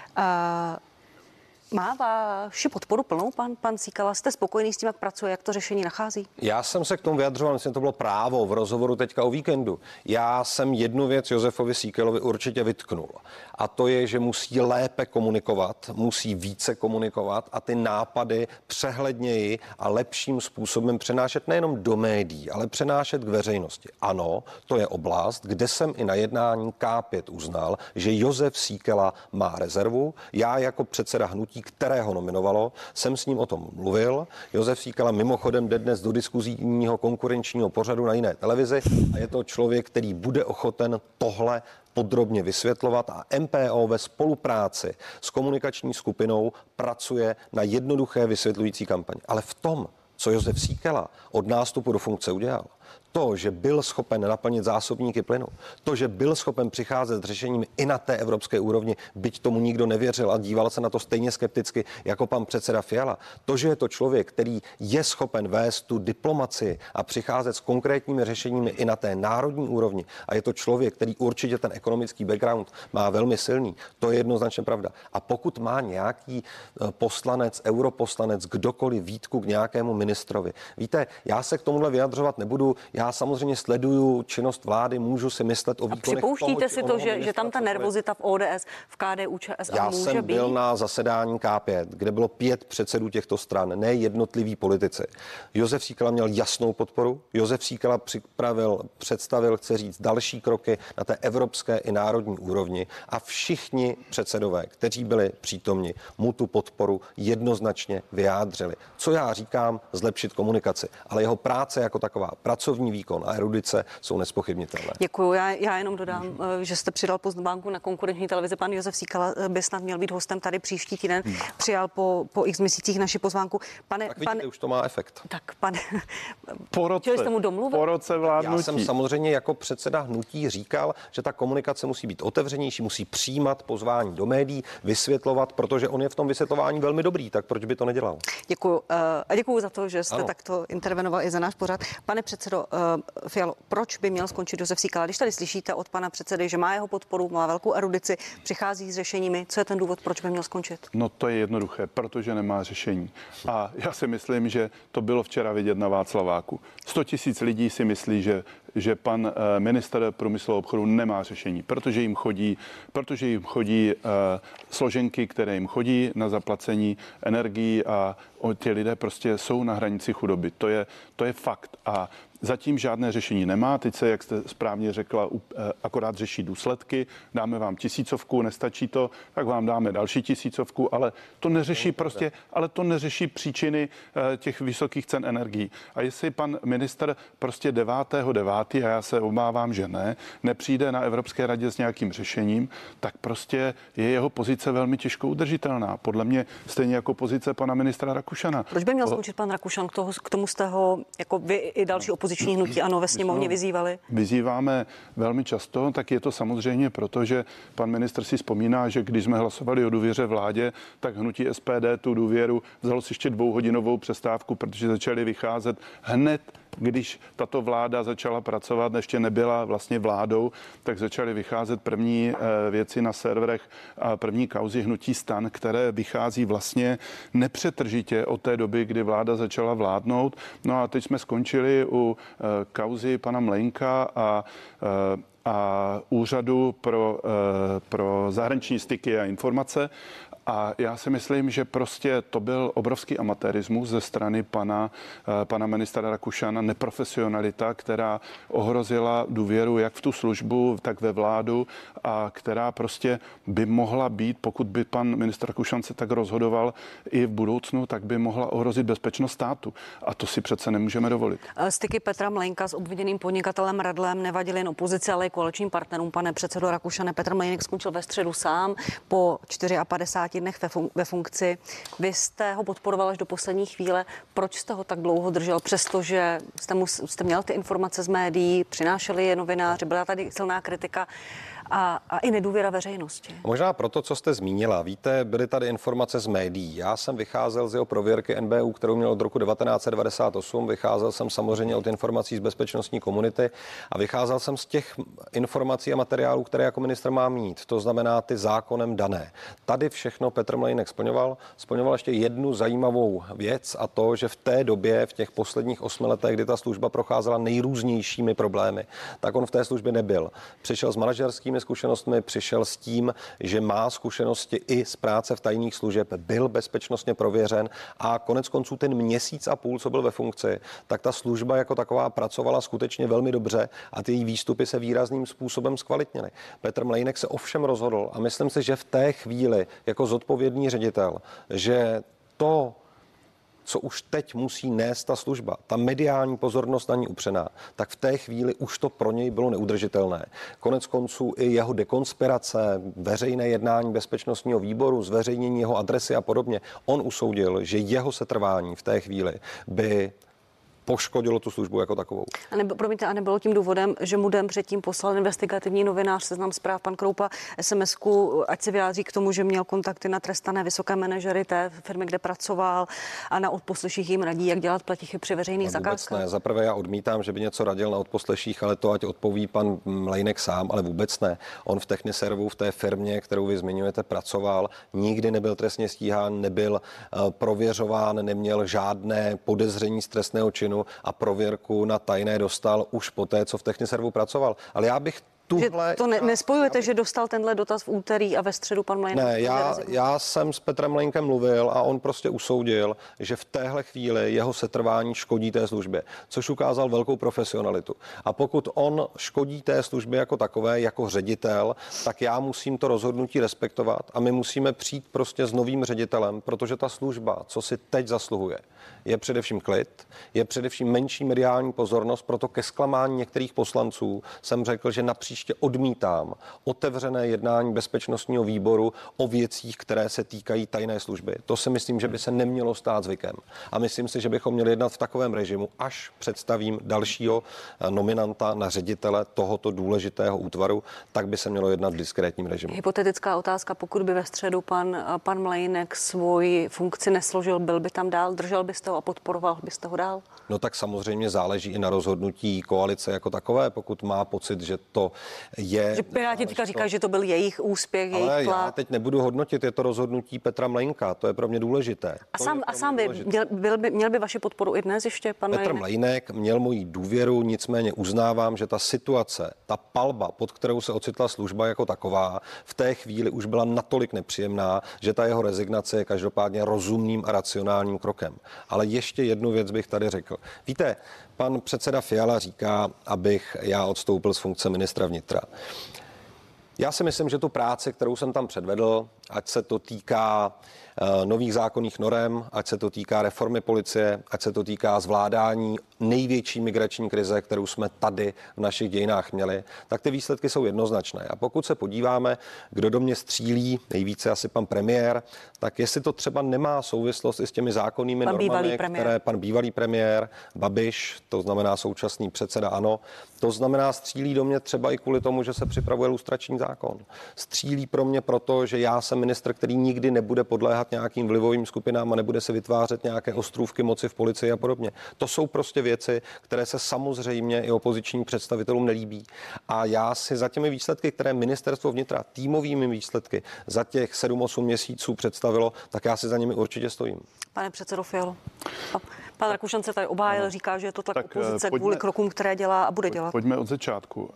Má vaši podporu plnou, pan Síkala? Jste spokojený s tím, jak pracuje, jak to řešení nachází? Já jsem se k tomu vyjadřoval, myslím, to bylo Právo v rozhovoru teďka o víkendu. Já jsem jednu věc Josefovi Síkalovi určitě vytknul. A to je, že musí lépe komunikovat, musí více komunikovat a ty nápady přehledněji a lepším způsobem přenášet nejenom do médií, ale přenášet k veřejnosti. Ano, to je oblast, kde jsem i na jednání K5 uznal, že Josef Síkela má rezervu. Já jako předseda hnutí, kterého nominovalo, jsem s ním o tom mluvil. Josef Síkela mimochodem jde dnes do diskuzního konkurenčního pořadu na jiné televizi a je to člověk, který bude ochoten tohle podrobně vysvětlovat a MPO ve spolupráci s komunikační skupinou pracuje na jednoduché vysvětlující kampaň. Ale v tom, co Josef Síkela od nástupu do funkce udělal, To, že byl schopen naplnit zásobníky plynu, to, že byl schopen přicházet s řešením i na té evropské úrovni, byť tomu nikdo nevěřil a díval se na to stejně skepticky jako pan předseda Fiala, to, že je to člověk, který je schopen vést tu diplomaci a přicházet s konkrétními řešeními i na té národní úrovni, a je to člověk, který určitě ten ekonomický background má velmi silný, to je jednoznačně pravda. A pokud má nějaký poslanec, europoslanec, kdokoliv výtku k nějakému ministrovi, víte, já se k tomuhle vyjadřovat nebudu. Já samozřejmě sleduju činnost vlády, můžu si myslet o výkonech. Připouštíte si to, že tam ta nervozita v ODS, v KDU, ČSL já může být? Já jsem byl na zasedání K5, kde bylo 5 předsedů těchto stran, ne jednotliví politici. Josef Síkela měl jasnou podporu. Josef Síkela představil, chce říct, další kroky na té evropské i národní úrovni a všichni předsedové, kteří byli přítomni, mu tu podporu jednoznačně vyjádřili. Co já říkám, zlepšit komunikaci, ale jeho práce jako taková, pracovní výkon a erudice jsou nespochybnitelné. Děkuju. Já jenom dodám, že jste přidal pozvánku na konkurenční televizi. Pan Josef Síkela by snad měl být hostem tady příští týden. Přijal po x měsících naši pozvánku. Tak vidíte, už to má efekt. Tak jste mu domluvit? Po roce vládnutí. Já jsem samozřejmě jako předseda hnutí říkal, že ta komunikace musí být otevřenější, musí přijímat pozvání do médií, vysvětlovat, protože on je v tom vysvětlování velmi dobrý, tak proč by to nedělal? Děkuju. A děkuju za to, že jste takto intervenoval i za náš pořad. Pane předsedo Fialo, proč by měl skončit Josef Síkela? Když tady slyšíte od pana předsedy, že má jeho podporu, má velkou erudici, přichází s řešeními, co je ten důvod, proč by měl skončit? No to je jednoduché, protože nemá řešení. A já si myslím, že to bylo včera vidět na Václaváku. 100 000 lidí si myslí, že pan ministr průmyslu a obchodu nemá řešení, protože jim chodí složenky, které jim chodí na zaplacení energií a ti lidé prostě jsou na hranici chudoby. To je fakt. A zatím žádné řešení nemá. Teď se, jak jste správně řekla, akorát řeší důsledky. Dáme vám 1000, nestačí to, tak vám dáme další 1000, ale to neřeší příčiny těch vysokých cen energií. A jestli pan ministr prostě 9.9., a já se obávám, že nepřijde na Evropské radě s nějakým řešením, tak prostě je jeho pozice velmi těžko udržitelná. Podle mě stejně jako pozice pana ministra Rakušana. Proč by měl skončit pan Rakušan? K tomu jste ho jako vy i další opoziční hnutí ANO ve sněmovně vyzývali? Vyzýváme velmi často, tak je to samozřejmě proto, že pan ministr si vzpomíná, že když jsme hlasovali o důvěře vládě, tak hnutí SPD tu důvěru vzalo si ještě 2hodinovou přestávku, protože začali vycházet hned, když tato vláda začala pracovat, ještě nebyla vlastně vládou, tak začaly vycházet první věci na serverech a první kauzy hnutí STAN, které vychází vlastně nepřetržitě od té doby, kdy vláda začala vládnout. No a teď jsme skončili u kauzy pana Mlejnka a úřadu pro zahraniční styky a informace. A já si myslím, že prostě to byl obrovský amatérismus ze strany pana ministra Rakušana, neprofesionalita, která ohrozila důvěru jak v tu službu, tak ve vládu a která prostě by mohla být, pokud by pan ministr Rakušan se tak rozhodoval i v budoucnu, tak by mohla ohrozit bezpečnost státu. A to si přece nemůžeme dovolit. Styky Petra Mlejnka s obviněným podnikatelem Redlem nevadily jen opozici, ale i koaličním partnerům. Pane předsedo Rakušane, Petr Mlejnek skončil ve středu sám po 54 dnech ve funkci. Vy jste ho podporoval až do poslední chvíle. Proč jste ho tak dlouho držel, přestože jste měl ty informace z médií, přinášeli je novináři, byla tady silná kritika a i nedůvěra veřejnosti? Možná proto, co jste zmínila. Víte, byly tady informace z médií. Já jsem vycházel z jeho prověrky NBÚ, kterou měl od roku 1998. Vycházel jsem samozřejmě od informací z bezpečnostní komunity a vycházel jsem z těch informací a materiálů, které jako ministr má mít. To znamená ty zákonem dané. Tady všechno Petr Mlejnek splňoval. Splňoval ještě jednu zajímavou věc a to, že v té době, v těch posledních 8 letech, kdy ta služba procházela nejrůznějšími problémy, tak on v té službě nebyl. Přišel s manažerskými zkušenostmi, přišel s tím, že má zkušenosti i z práce v tajných služeb, byl bezpečnostně prověřen a konec konců ten měsíc a půl, co byl ve funkci, tak ta služba jako taková pracovala skutečně velmi dobře a ty její výstupy se výrazným způsobem zkvalitnily. Petr Mlejnek se ovšem rozhodl a myslím si, že v té chvíli jako zodpovědný ředitel, že to, co už teď musí nést ta služba, ta mediální pozornost na ní upřená, tak v té chvíli už to pro něj bylo neudržitelné. Konec konců i jeho dekonspirace, veřejné jednání bezpečnostního výboru, zveřejnění jeho adresy a podobně, on usoudil, že jeho setrvání v té chvíli by poškodilo tu službu jako takovou. A nebylo tím důvodem, že mu den předtím poslal investigativní novinář Seznam Zpráv pan Kroupa SMS-ku, ať se vyjádří k tomu, že měl kontakty na trestané vysoké manažery té firmy, kde pracoval, a na odposleších jim radí, jak dělat platichy při veřejných zakázkách? Ne. Za prvé já odmítám, že by něco radil na odposleších, ale to ať odpoví pan Mlejnek sám, ale vůbec ne. On v Techniservu, v té firmě, kterou vy zmiňujete, pracoval, nikdy nebyl trestně stíhán, nebyl prověřován, neměl žádné podezření z trestného činu a prověrku na tajné dostal už poté, co v Techniservu pracoval. Ale já bych nespojujete, že dostal tenhle dotaz v úterý a ve středu pan Mlejnek? Ne, já jsem s Petrem Mlejnkem mluvil a on prostě usoudil, že v téhle chvíli jeho setrvání škodí té službě, což ukázal velkou profesionalitu. A pokud on škodí té službě jako takové, jako ředitel, tak já musím to rozhodnutí respektovat a my musíme přijít prostě s novým ředitelem, protože ta služba, co si teď zasluhuje, je především klid, je především menší mediální pozornost, proto ke zklamání některých poslanců jsem řekl, že napříště odmítám otevřené jednání bezpečnostního výboru o věcích, které se týkají tajné služby. To si myslím, že by se nemělo stát zvykem. A myslím si, že bychom měli jednat v takovém režimu, až představím dalšího nominanta na ředitele tohoto důležitého útvaru, tak by se mělo jednat v diskrétním režimu. Hypotetická otázka, pokud by ve středu pan Mlejnek svoji funkci nesložil, byl by tam dál, držel byste ho a podporoval byste ho dál? No tak samozřejmě záleží i na rozhodnutí koalice jako takové, pokud má pocit, že to je... Že Piráti říkají, že to byl jejich úspěch, jejich tlak. Ale já teď nebudu hodnotit, je to rozhodnutí Petra Mlejnka, to je pro mě důležité. A sám měl by vaši podporu i dnes ještě, pan Petr Mlejnek měl moji důvěru, nicméně uznávám, že ta situace, ta palba, pod kterou se ocitla služba jako taková, v té chvíli už byla natolik nepříjemná, že ta jeho rezignace je každopádně rozumným a racionálním krokem. Ale ještě jednu věc bych tady řekl. Víte, pan předseda Fiala říká, abych já odstoupil z funkce ministra vnitra. Já si myslím, že tu práci, kterou jsem tam předvedl, ať se to týká nových zákonných norem, ať se to týká reformy policie, ať se to týká zvládání největší migrační krize, kterou jsme tady v našich dějinách měli, tak ty výsledky jsou jednoznačné. A pokud se podíváme, kdo do mě střílí, nejvíce asi pan premiér, tak jestli to třeba nemá souvislost i s těmi zákonnými normami, které pan bývalý premiér Babiš, to znamená současný předseda ANO, to znamená střílí do mě třeba i kvůli tomu, že se připravuje lustrační zákon. Střílí pro mě proto, že já jsem ministr, který nikdy nebude podléhat nějakým vlivovým skupinám a nebude se vytvářet nějaké ostrůvky moci v policii a podobně. To jsou prostě věci, které se samozřejmě i opozičním představitelům nelíbí. A já si za těmi výsledky, které ministerstvo vnitra týmovými výsledky za těch 7-8 měsíců představilo, tak já si za nimi určitě stojím. Pane předsedo Fialo, pan Rakušan se tady obhájil, říká, že je to tlak opozice kvůli krokům, které dělá a bude dělat. Pojďme od začátku.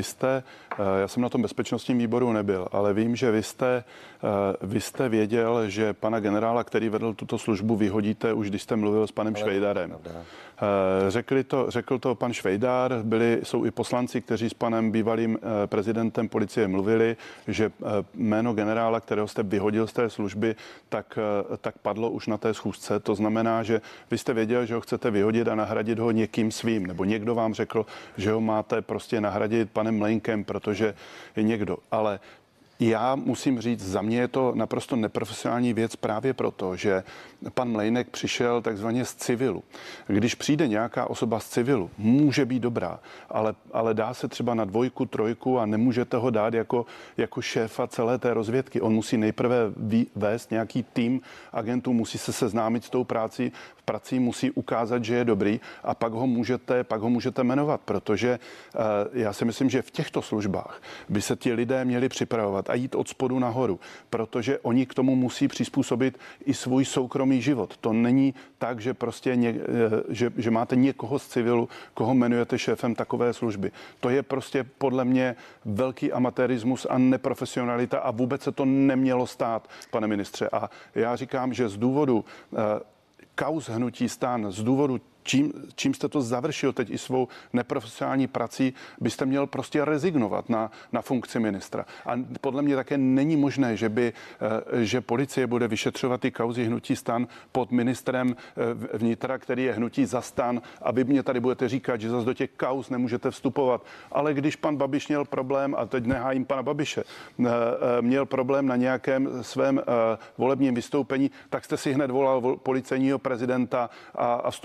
Já jsem na tom bezpečnostním výboru nebyl, ale vím, že vy jste věděl, že pana generála, který vedl tuto službu, vyhodíte už, když jste mluvil s panem Švejdarem. Řekl to pan Švejdár, jsou i poslanci, kteří s panem bývalým prezidentem policie mluvili, že jméno generála, kterého jste vyhodil z té služby, tak padlo už na té schůzce. To znamená, že vy jste věděl, že ho chcete vyhodit a nahradit ho někým svým, nebo někdo vám řekl, že ho máte prostě nahradit panem Mlejnkem, protože je někdo. Ale já musím říct, za mě je to naprosto neprofesionální věc právě proto, že pan Mlejnek přišel takzvaně z civilu. Když přijde nějaká osoba z civilu, může být dobrá, ale dá se třeba na 2, 3 a nemůžete ho dát jako šéfa celé té rozvědky. On musí nejprve vést nějaký tým agentů, musí se seznámit s tou prací, musí ukázat, že je dobrý a pak ho můžete jmenovat, protože já si myslím, že v těchto službách by se ti lidé měli připravovat a jít od spodu nahoru, protože oni k tomu musí přizpůsobit i svůj soukromý život. To není tak, že prostě že máte někoho z civilu, koho jmenujete šéfem takové služby. To je prostě podle mě velký amatérismus a neprofesionalita a vůbec se to nemělo stát, pane ministře. A já říkám, že z důvodu kauz hnutí STAN, z důvodu čím jste to završil teď i svou neprofesionální prací, byste měl prostě rezignovat na funkci ministra. A podle mě také není možné, že policie bude vyšetřovat ty kauzy hnutí STAN pod ministrem vnitra, který je hnutí za STAN, a vy mě tady budete říkat, že zase do těch kauz nemůžete vstupovat. Ale když pan Babiš měl problém, a teď nehájím pana Babiše, měl problém na nějakém svém volebním vystoupení, tak jste si hned volal policejního prezidenta a vstupoval jste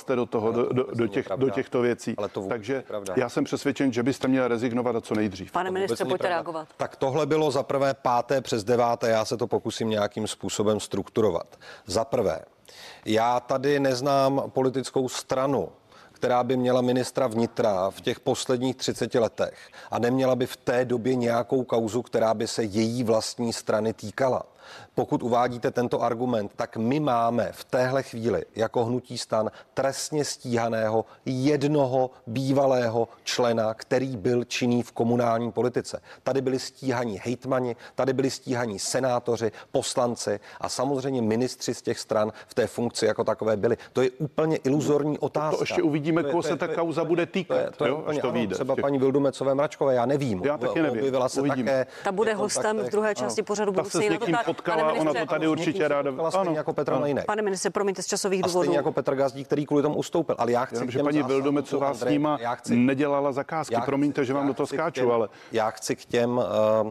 nepleste do toho, do těchto věcí. Takže já jsem přesvědčen, že byste měli rezignovat a co nejdřív. Pane ministře, pojďte reagovat. Tak tohle bylo za prvé 5. přes 9. Já se to pokusím nějakým způsobem strukturovat. Za prvé, já tady neznám politickou stranu, která by měla ministra vnitra v těch posledních 30 letech a neměla by v té době nějakou kauzu, která by se její vlastní strany týkala. Pokud uvádíte tento argument, tak my máme v téhle chvíli jako hnutí STAN trestně stíhaného jednoho bývalého člena, který byl činný v komunální politice. Tady byli stíhaní hejtmani, tady byli stíhaní senátoři, poslanci a samozřejmě ministři z těch stran v té funkci jako takové byli. To je úplně iluzorní otázka. To ještě uvidíme, koho se ta kauza bude týkat. To vyjde. Třeba paní Vildumecové Mračkové, já nevím. Já taky nevím. Objevila se také. Ta bude hostem v druhé části pořadu. Ta se s někým potkala, ona to tady určitě ráda. Ano, jako Petra Mlejnek. Pane ministře, promiňte, z časových důvodů. Stejně jako Petr Gazdík, který kvůli tomu ustoupil. Ale já chci, že paní Vildumecová s nima nedělala zakázky. Promiňte, že vám do toho skáču, ale já chci k těm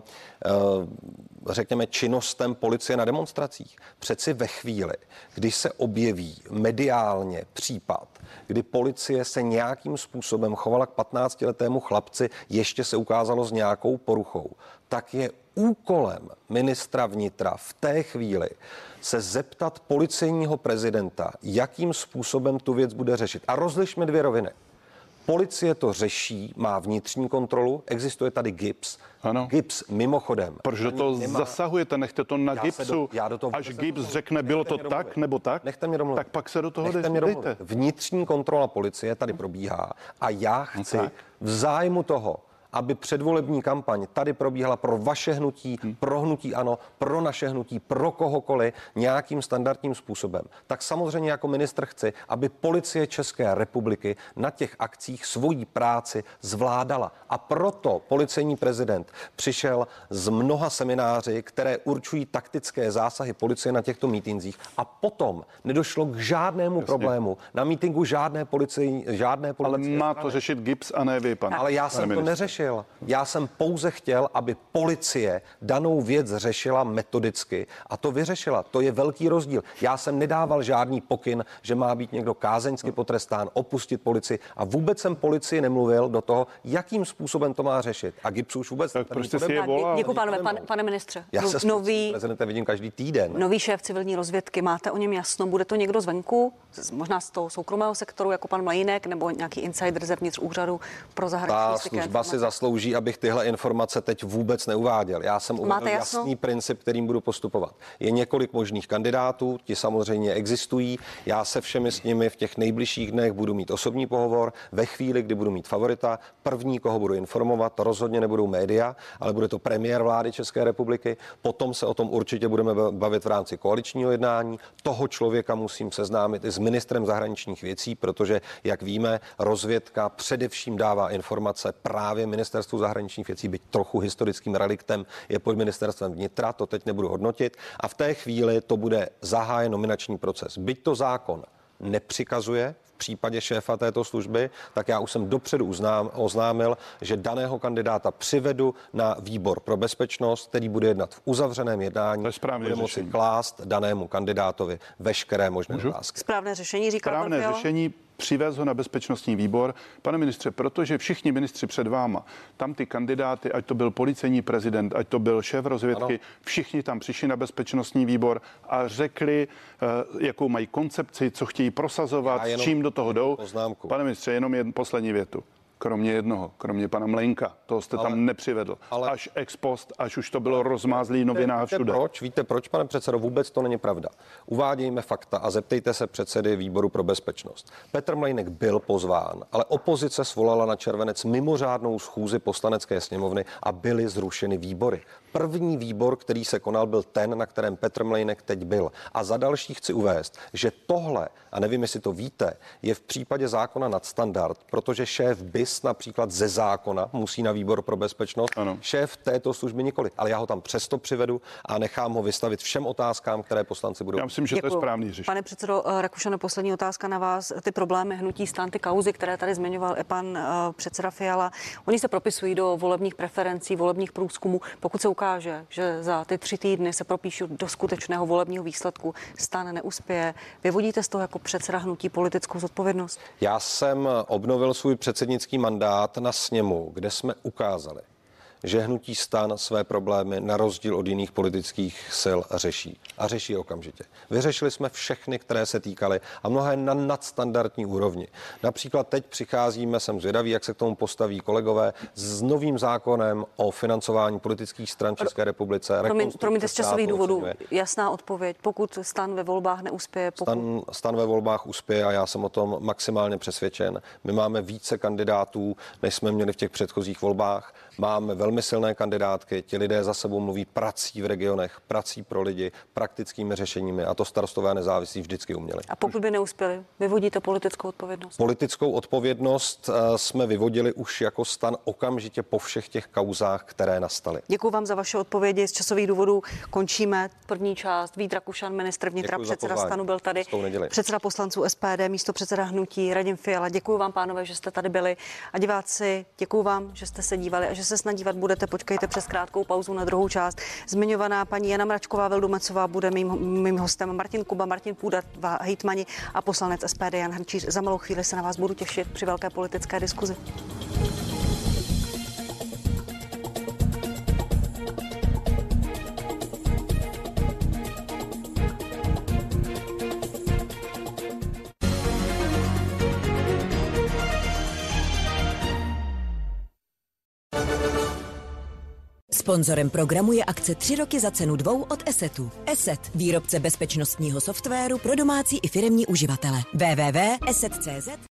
řekněme, činnostem policie na demonstracích. Přeci ve chvíli, když se objeví mediálně případ, kdy policie se nějakým způsobem chovala k 15letému chlapci, ještě se ukázalo s nějakou poruchou, tak je úkolem ministra vnitra v té chvíli se zeptat policejního prezidenta, jakým způsobem tu věc bude řešit. A rozlišme 2 roviny. Policie to řeší, má vnitřní kontrolu, existuje tady GIBS. Ano. GIBS mimochodem. Proč do toho zasahujete? Nechte to na GIBSu. Až GIBS řekne, bylo to tak nebo tak, nechte mě domluvit. Tak pak se do toho dejte. Vnitřní kontrola policie tady probíhá a já chci v zájmu toho, aby předvolební kampaň tady probíhala pro vaše hnutí, pro hnutí ANO, pro naše hnutí, pro kohokoliv nějakým standardním způsobem. Tak samozřejmě jako ministr chci, aby Policie České republiky na těch akcích svoji práci zvládala. A proto policejní prezident přišel z mnoha semináři, které určují taktické zásahy policie na těchto mítinzích a potom nedošlo k žádnému problému. Na mítinku žádné policie. Ale má to řešit GIBS a ne vy, pan. Ale já jsem to neřešil. Já jsem pouze chtěl, aby policie danou věc řešila metodicky a to vyřešila. To je velký rozdíl. Já jsem nedával žádný pokyn, že má být někdo kázeňsky potrestán, opustit policii a vůbec jsem policii nemluvil do toho, jakým způsobem to má řešit. A GIBS už vůbec Děkuji, pane ministře. Já se nový prezidentem vidím každý týden. Nový šéf civilní rozvědky, máte o něm jasno? Bude to někdo zvenku, možná z toho soukromého sektoru, jako pan Mlejnek, nebo nějaký insider zevnitř úřadu pro zahraniční styky? Služba si zaslouží, abych tyhle informace teď vůbec neuváděl. Já jsem uvedl jasný princip, kterým budu postupovat. Je několik možných kandidátů, ti samozřejmě existují. Já se všemi s nimi v těch nejbližších dnech budu mít osobní pohovor. Ve chvíli, kdy budu mít favorita, první, koho budu informovat, to rozhodně nebudou média, ale bude to premiér vlády České republiky. Potom se o tom určitě budeme bavit v rámci koaličního jednání. Toho člověka musím seznámit i s ministrem zahraničních věcí, protože, jak víme, rozvědka především dává informace právě ministerstvu zahraničních věcí, byť trochu historickým reliktem je pod ministerstvem vnitra, to teď nebudu hodnotit. A v té chvíli to bude zahájen nominační proces. Byť to zákon nepřikazuje v případě šéfa této služby, tak já už jsem dopředu oznámil, že daného kandidáta přivedu na výbor pro bezpečnost, který bude jednat v uzavřeném jednání, bude moci klást danému kandidátovi veškeré možné otázky. Správné řešení, říká správné pan řešení. Přivez ho na bezpečnostní výbor. Pane ministře, protože všichni ministři před váma, tam ty kandidáty, ať to byl policejní prezident, ať to byl šéf rozvědky, ano. Všichni tam přišli na bezpečnostní výbor a řekli, jakou mají koncepci, co chtějí prosazovat, s čím do toho jdou. Poznámku. Pane ministře, jenom poslední větu. Kromě jednoho, kromě pana Mlejnka, toho jste tam nepřivedl. Až ex post, až už to bylo rozmázlý novinář všude. Víte proč, pane předsedo? Vůbec to není pravda. Uvádějme fakta a zeptejte se předsedy výboru pro bezpečnost. Petr Mlejnek byl pozván, ale opozice svolala na červenec mimořádnou schůzi Poslanecké sněmovny a byly zrušeny výbory. První výbor, který se konal, byl ten, na kterém Petr Mlejnek teď byl. A za další chci uvést, že tohle, a nevím, jestli to víte, je v případě zákona nadstandard, protože šéf BIS například ze zákona musí na výbor pro bezpečnost, ano. Šéf této služby nikoli. Ale já ho tam přesto přivedu a nechám ho vystavit všem otázkám, které poslanci budou. Já myslím, že to je správný řešení. Pane předsedo Rakušane, poslední otázka na vás. Ty problémy hnutí STAN, ty kauzy, které tady zmiňoval i pan předseda Fiala, oni se propisují do volebních preferencí, volebních průzkumů. Pokud se ukáže, ukáže, že za ty 3 týdny se propíšu do skutečného volebního výsledku, STAN neuspěje, vyvodíte z toho jako předseda hnutí politickou zodpovědnost? Já jsem obnovil svůj předsednický mandát na sněmu, kde jsme ukázali, že hnutí STAN své problémy na rozdíl od jiných politických sil řeší. A řeší je okamžitě. Vyřešili jsme všechny, které se týkaly a mnohé na nadstandardní úrovni. Například teď přicházíme, jsem zvědavý, jak se k tomu postaví kolegové, s novým zákonem o financování politických stran v České republice. Promiňte, z časových důvodů jasná odpověď. Pokud STAN ve volbách neuspěje, STAN ve volbách uspěje a já jsem o tom maximálně přesvědčen. My máme více kandidátů, než jsme měli v těch předchozích volbách. Máme velmi silné kandidátky, ti lidé za sebou mluví prací v regionech, prací pro lidi, praktickými řešeními a to Starostové a nezávislí vždycky uměli. A pokud by neuspěli, vyvodíte politickou odpovědnost? Politickou odpovědnost jsme vyvodili už jako STAN okamžitě po všech těch kauzách, které nastaly. Děkuji vám za vaše odpovědi. Z časových důvodů končíme první část. Vít Rakušan, ministr vnitra, předseda STANu, byl tady. Předseda poslanců SPD, místopředseda hnutí Radim Fiala. Děkuji vám, pánové, že jste tady byli. A diváci, děkuji vám, že jste se dívali a že se snad dívat budete. Počkejte přes krátkou pauzu na druhou část. Zmiňovaná paní Jana Mračková Vildumecová bude mým hostem, Martin Kuba, Martin Půda, dva hejtmani a poslanec SPD Jan Hrnčíř. Za malou chvíli se na vás budu těšit při velké politické diskuzi. Sponzorem programu je akce 3 roky za cenu 2 od Assetu. Asset, výrobce bezpečnostního softwaru pro domácí i firemní uživatele. www.asset.cz